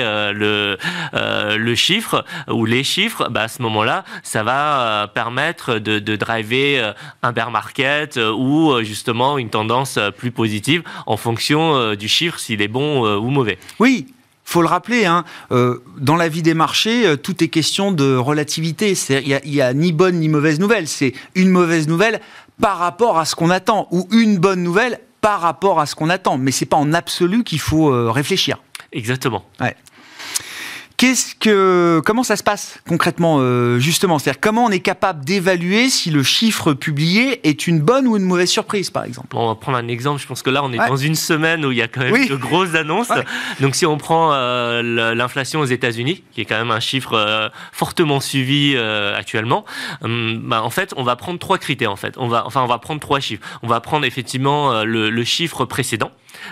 le chiffre ou les chiffres, à ce moment-là, ça va permettre de driver un bear market ou justement une tendance plus positive en fonction du chiffre, s'il est bon ou mauvais.
Oui. Faut le rappeler, dans la vie des marchés, tout est question de relativité. Il y a ni bonne ni mauvaise nouvelle. C'est une mauvaise nouvelle par rapport à ce qu'on attend, ou une bonne nouvelle par rapport à ce qu'on attend. Mais c'est pas en absolu qu'il faut réfléchir.
Exactement.
Ouais. Comment ça se passe concrètement, justement? C'est-à-dire, comment on est capable d'évaluer si le chiffre publié est une bonne ou une mauvaise surprise, par exemple?
On va prendre un exemple. Je pense que là, on est dans une semaine où il y a quand même de grosses annonces.
Ouais.
Donc, si on prend l'inflation aux États-Unis, qui est quand même un chiffre fortement suivi actuellement, en fait, on va prendre 3 critères. En fait, on va prendre 3 chiffres. On va prendre effectivement le chiffre précédent.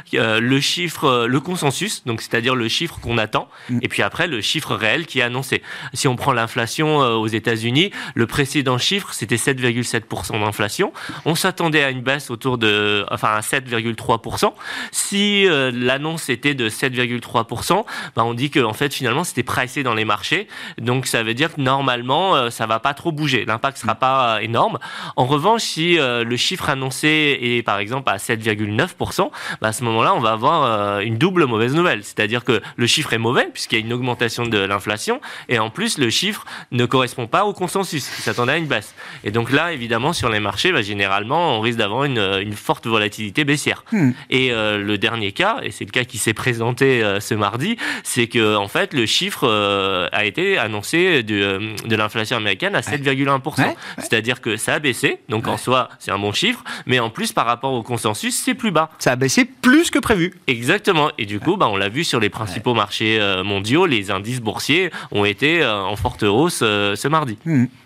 Le consensus, donc c'est-à-dire le chiffre qu'on attend, et puis après le chiffre réel qui est annoncé. Si on prend l'inflation aux États-Unis, le précédent chiffre c'était 7,7% d'inflation. On s'attendait à une baisse à 7,3%. Si l'annonce était de 7,3%, on dit que en fait finalement c'était pricé dans les marchés. Donc ça veut dire que normalement ça va pas trop bouger. L'impact sera pas énorme. En revanche, si le chiffre annoncé est par exemple à 7,9%, à ce moment-là, on va avoir une double mauvaise nouvelle. C'est-à-dire que le chiffre est mauvais, puisqu'il y a une augmentation de l'inflation, et en plus, le chiffre ne correspond pas au consensus, qui s'attendait à une baisse. Et donc là, évidemment, sur les marchés, généralement, on risque d'avoir une forte volatilité baissière. Et le dernier cas, et c'est le cas qui s'est présenté ce mardi, c'est que en fait, le chiffre a été annoncé de l'inflation américaine à 7,1%. Ouais. C'est-à-dire que ça a baissé, donc en soi, c'est un bon chiffre, mais en plus, par rapport au consensus, c'est plus bas.
Ça a baissé plus que prévu.
Exactement. Et du coup, on l'a vu sur les principaux marchés mondiaux, les indices boursiers ont été en forte hausse ce mardi.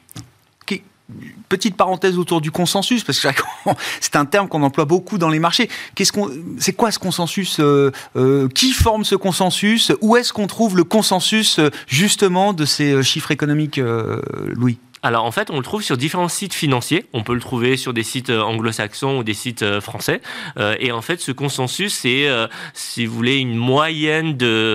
Petite parenthèse autour du consensus, parce que c'est un terme qu'on emploie beaucoup dans les marchés. C'est quoi ce consensus? Qui forme ce consensus? Où est-ce qu'on trouve le consensus justement de ces chiffres économiques, Louis?
Alors en fait, on le trouve sur différents sites financiers. On peut le trouver sur des sites anglo-saxons ou des sites français. Et en fait, ce consensus, c'est, si vous voulez, une moyenne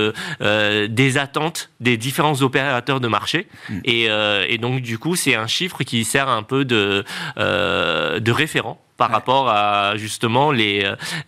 des attentes des différents opérateurs de marché. Et donc, du coup, c'est un chiffre qui sert un peu de référent par rapport à justement les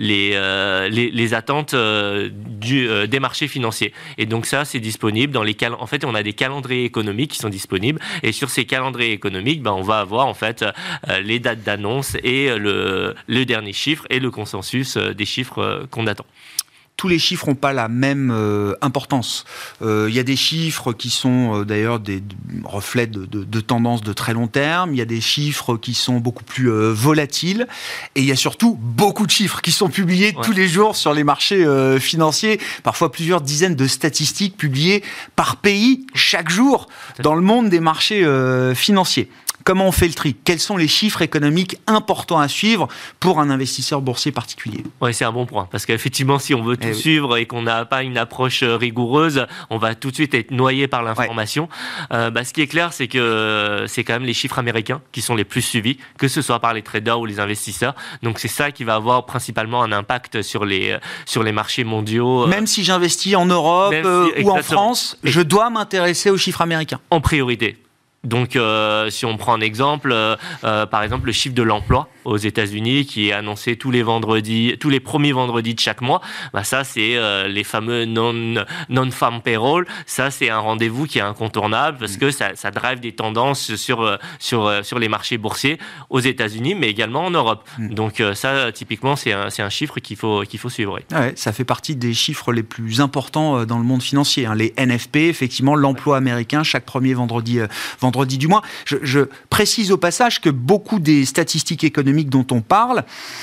attentes des marchés financiers. Et donc ça, c'est disponible dans en fait, on a des calendriers économiques qui sont disponibles, et sur ces calendriers économiques, on va avoir en fait les dates d'annonce et le dernier chiffre et le consensus des chiffres qu'on attend.
Tous les chiffres n'ont pas la même importance. Il y a des chiffres qui sont d'ailleurs des reflets de tendances de très long terme. Il y a des chiffres qui sont beaucoup plus volatiles. Et il y a surtout beaucoup de chiffres qui sont publiés tous les jours sur les marchés financiers. Parfois plusieurs dizaines de statistiques publiées par pays chaque jour dans le monde des marchés financiers. Comment on fait le tri? Quels sont les chiffres économiques importants à suivre pour un investisseur boursier particulier?
Oui, c'est un bon point. Parce qu'effectivement, si on veut tout suivre et qu'on n'a pas une approche rigoureuse, on va tout de suite être noyé par l'information. Ce qui est clair, c'est que c'est quand même les chiffres américains qui sont les plus suivis, que ce soit par les traders ou les investisseurs. Donc c'est ça qui va avoir principalement un impact sur les marchés mondiaux.
Même si j'investis en Europe ou en France, je dois m'intéresser aux chiffres américains.
En priorité. Donc, si on prend un exemple, par exemple, le chiffre de l'emploi aux États-Unis qui est annoncé tous les premiers vendredis de chaque mois, ça, c'est les fameux non-farm payroll. Ça, c'est un rendez-vous qui est incontournable parce que ça drive des tendances sur les marchés boursiers aux États-Unis, mais également en Europe. Donc, ça, typiquement, c'est un chiffre qu'il faut suivre.
Ouais, ça fait partie des chiffres les plus importants dans le monde financier. Les NFP, effectivement, l'emploi américain, chaque premier vendredi du mois. Je précise au passage que beaucoup des statistiques économiques dont on parle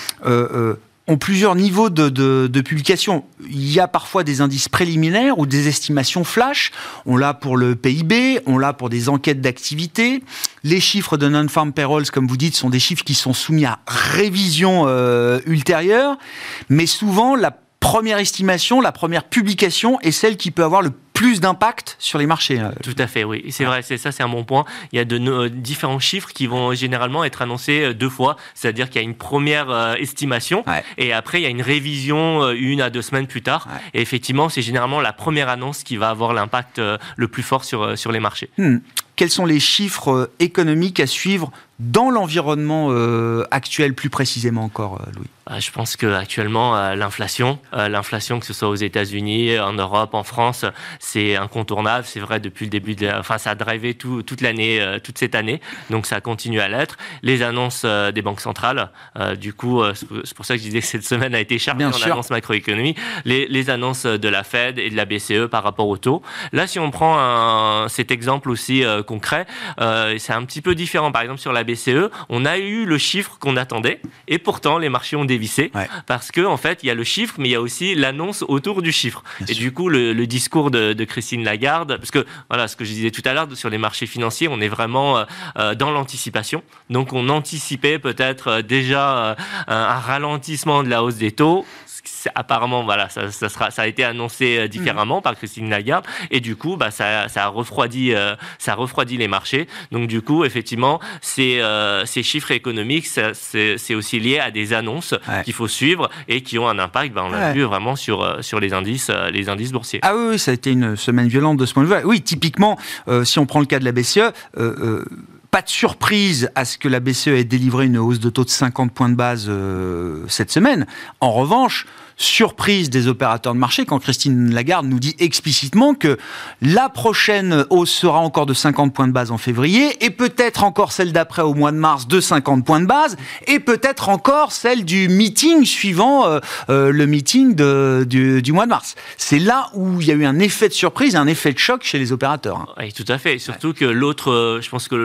ont plusieurs niveaux de publication. Il y a parfois des indices préliminaires ou des estimations flash. On l'a pour le PIB, on l'a pour des enquêtes d'activité. Les chiffres de non-farm payrolls, comme vous dites, sont des chiffres qui sont soumis à révision ultérieure. Mais souvent, la première estimation, la première publication est celle qui peut avoir le plus d'impact sur les marchés.
Tout à fait, oui. C'est vrai, c'est un bon point. Il y a différents chiffres qui vont généralement être annoncés 2 fois. C'est-à-dire qu'il y a une première estimation et après, il y a une révision 1 à 2 semaines plus tard. Et effectivement, c'est généralement la première annonce qui va avoir l'impact le plus fort sur les marchés.
Quels sont les chiffres économiques à suivre dans l'environnement actuel, plus précisément encore, Louis?
Je pense qu'actuellement, l'inflation, que ce soit aux États-Unis, en Europe, en France, c'est incontournable. C'est vrai depuis le début ça a drivé toute l'année, toute cette année. Donc ça continue à l'être. Les annonces des banques centrales, du coup, c'est pour ça que je disais que cette semaine a été chargée en annonces macroéconomie. Les annonces de la Fed et de la BCE par rapport au taux. Là, si on prend cet exemple aussi concret, c'est un petit peu différent. Par exemple, sur la BCE, on a eu le chiffre qu'on attendait, et pourtant les marchés ont dévissé, parce que en fait il y a le chiffre, mais il y a aussi l'annonce autour du chiffre. Et du coup le discours de Christine Lagarde, parce que voilà, ce que je disais tout à l'heure sur les marchés financiers, on est vraiment dans l'anticipation. Donc on anticipait peut-être déjà un ralentissement de la hausse des taux. Apparemment, voilà, ça a été annoncé différemment par Christine Lagarde, et du coup, ça a refroidi les marchés. Donc, du coup, effectivement, ces chiffres économiques, c'est aussi lié à des annonces qu'il faut suivre et qui ont un impact. On l'a vu vraiment sur les indices boursiers.
Ah oui, ça a été une semaine violente de ce point de vue. Oui, typiquement, si on prend le cas de la BCE. Pas de surprise à ce que la BCE ait délivré une hausse de taux de 50 points de base cette semaine. En revanche, surprise des opérateurs de marché quand Christine Lagarde nous dit explicitement que la prochaine hausse sera encore de 50 points de base en février, et peut-être encore celle d'après au mois de mars de 50 points de base, et peut-être encore celle du meeting suivant le meeting du mois de mars. C'est là où il y a eu un effet de surprise, un effet de choc chez les opérateurs.
Oui, tout à fait. Surtout que l'autre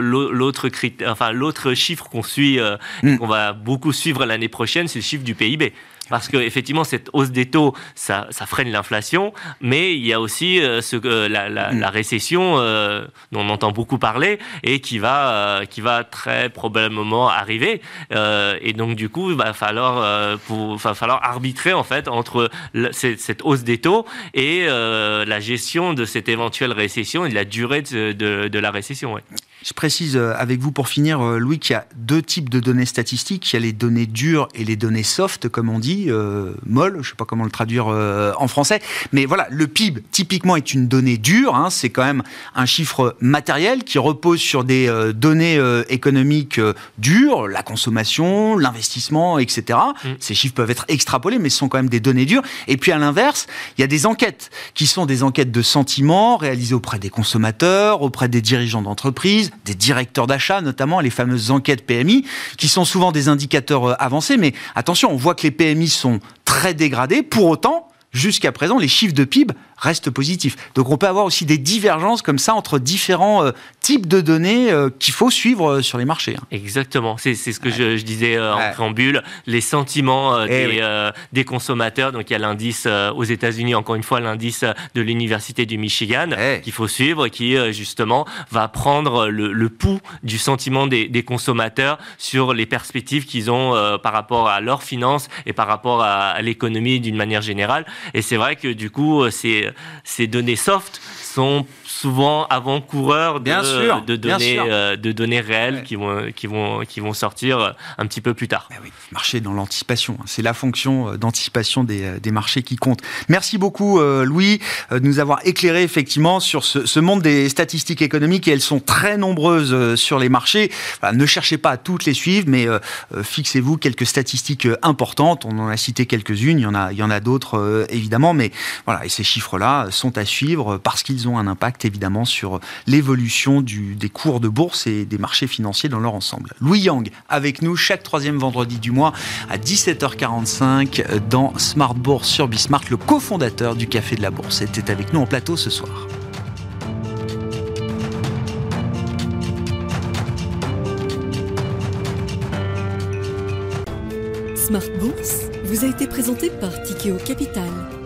chiffre qu'on suit, qu'on va beaucoup suivre l'année prochaine, c'est le chiffre du PIB. Parce qu'effectivement, cette hausse des taux, ça freine l'inflation, mais il y a aussi la récession dont on entend beaucoup parler et qui va très probablement arriver. Et donc, du coup, il va falloir arbitrer en fait entre cette hausse des taux et la gestion de cette éventuelle récession et de la durée de la récession. Ouais.
Je précise avec vous pour finir, Louis, qu'il y a deux types de données statistiques. Il y a les données dures et les données soft, comme on dit, molles, je ne sais pas comment le traduire en français. Mais voilà, le PIB, typiquement, est une donnée dure. C'est quand même un chiffre matériel qui repose sur des données économiques dures, la consommation, l'investissement, etc. Ces chiffres peuvent être extrapolés, mais ce sont quand même des données dures. Et puis, à l'inverse, il y a des enquêtes qui sont des enquêtes de sentiment réalisées auprès des consommateurs, auprès des dirigeants d'entreprise, des directeurs d'achat, notamment les fameuses enquêtes PMI, qui sont souvent des indicateurs avancés. Mais attention, on voit que les PMI sont très dégradés. Pour autant, jusqu'à présent, les chiffres de PIB restent positifs. Donc on peut avoir aussi des divergences comme ça entre différents types de données qu'il faut suivre sur les marchés.
Exactement, c'est ce que je disais en préambule, les sentiments des consommateurs. Donc il y a l'indice aux États-Unis, encore une fois l'indice de l'Université du Michigan qu'il faut suivre, qui justement va prendre le pouls du sentiment des consommateurs sur les perspectives qu'ils ont par rapport à leurs finances et par rapport à l'économie d'une manière générale. Et c'est vrai que du coup, ces données soft sont souvent avant-coureurs de données réelles qui vont sortir un petit peu plus tard.
Oui, marché dans l'anticipation, c'est la fonction d'anticipation des marchés qui compte. Merci beaucoup Louis de nous avoir éclairé effectivement sur ce monde des statistiques économiques, et elles sont très nombreuses sur les marchés. Voilà, ne cherchez pas à toutes les suivre, mais fixez-vous quelques statistiques importantes. On en a cité quelques-unes, il y en a d'autres évidemment, mais voilà, et ces chiffres-là sont à suivre parce qu'ils ont un impact évidemment sur l'évolution des cours de bourse et des marchés financiers dans leur ensemble. Louis Yang avec nous chaque troisième vendredi du mois à 17h45 dans Smart Bourse sur Bismart, le cofondateur du Café de la Bourse était avec nous en plateau ce soir.
Smart Bourse vous a été présenté par Tikeo Capital.